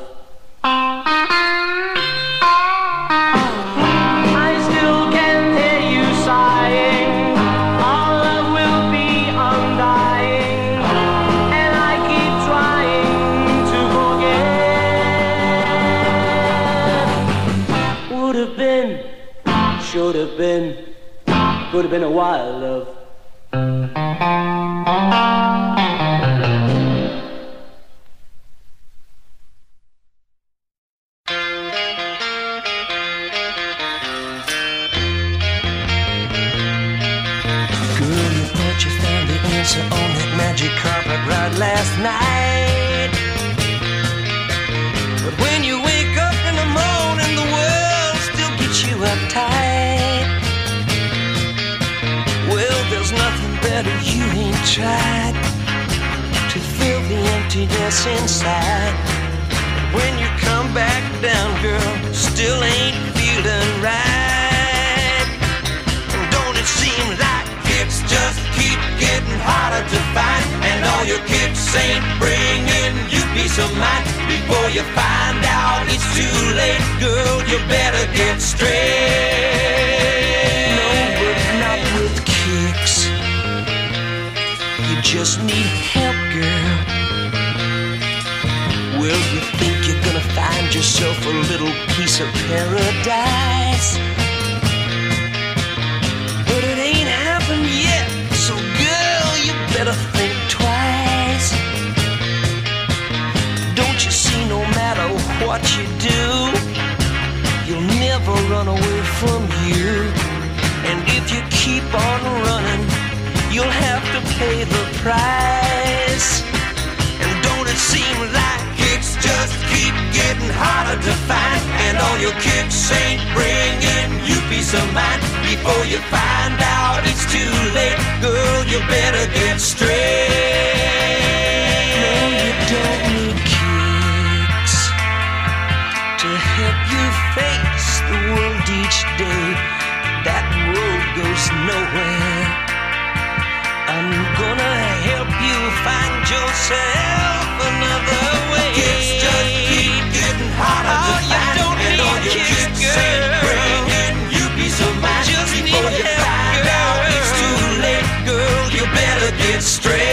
I still can hear you sighing. Our love will be undying, and I keep trying to forget. Would have been, should have been, could have been a wild love. On that magic carpet ride last night. But when you wake up in the morning, the world still gets you uptight. Well, there's nothing better you ain't tried to fill the emptiness inside. When you come back down, girl, still ain't feeling right. And don't it seem like it's just keep getting harder to find, and all your kicks ain't bringing you peace of mind. Before you find out it's too late, girl, you better get straight. No, but not with kicks. You just need help, girl. Well, you think a little piece of paradise. But it ain't happened yet, so girl, you better think twice. Don't you see, no matter what you do, you'll never run away from you. And if you keep on running, you'll have to pay the price. And don't it seem like it's just keep getting harder to find? And all your kicks ain't bringing you peace of mind. Before you find out it's too late, girl, you better get straight. No, you don't need kicks to help you face the world each day. That road goes nowhere. I'm gonna help you find yourself another way. Kicks just keep getting harder oh, to find. Don't and need all your kicks, kicks ain't bringing you peace of mind. Just before you help, find girl. Out it's too late, girl, you better get straight.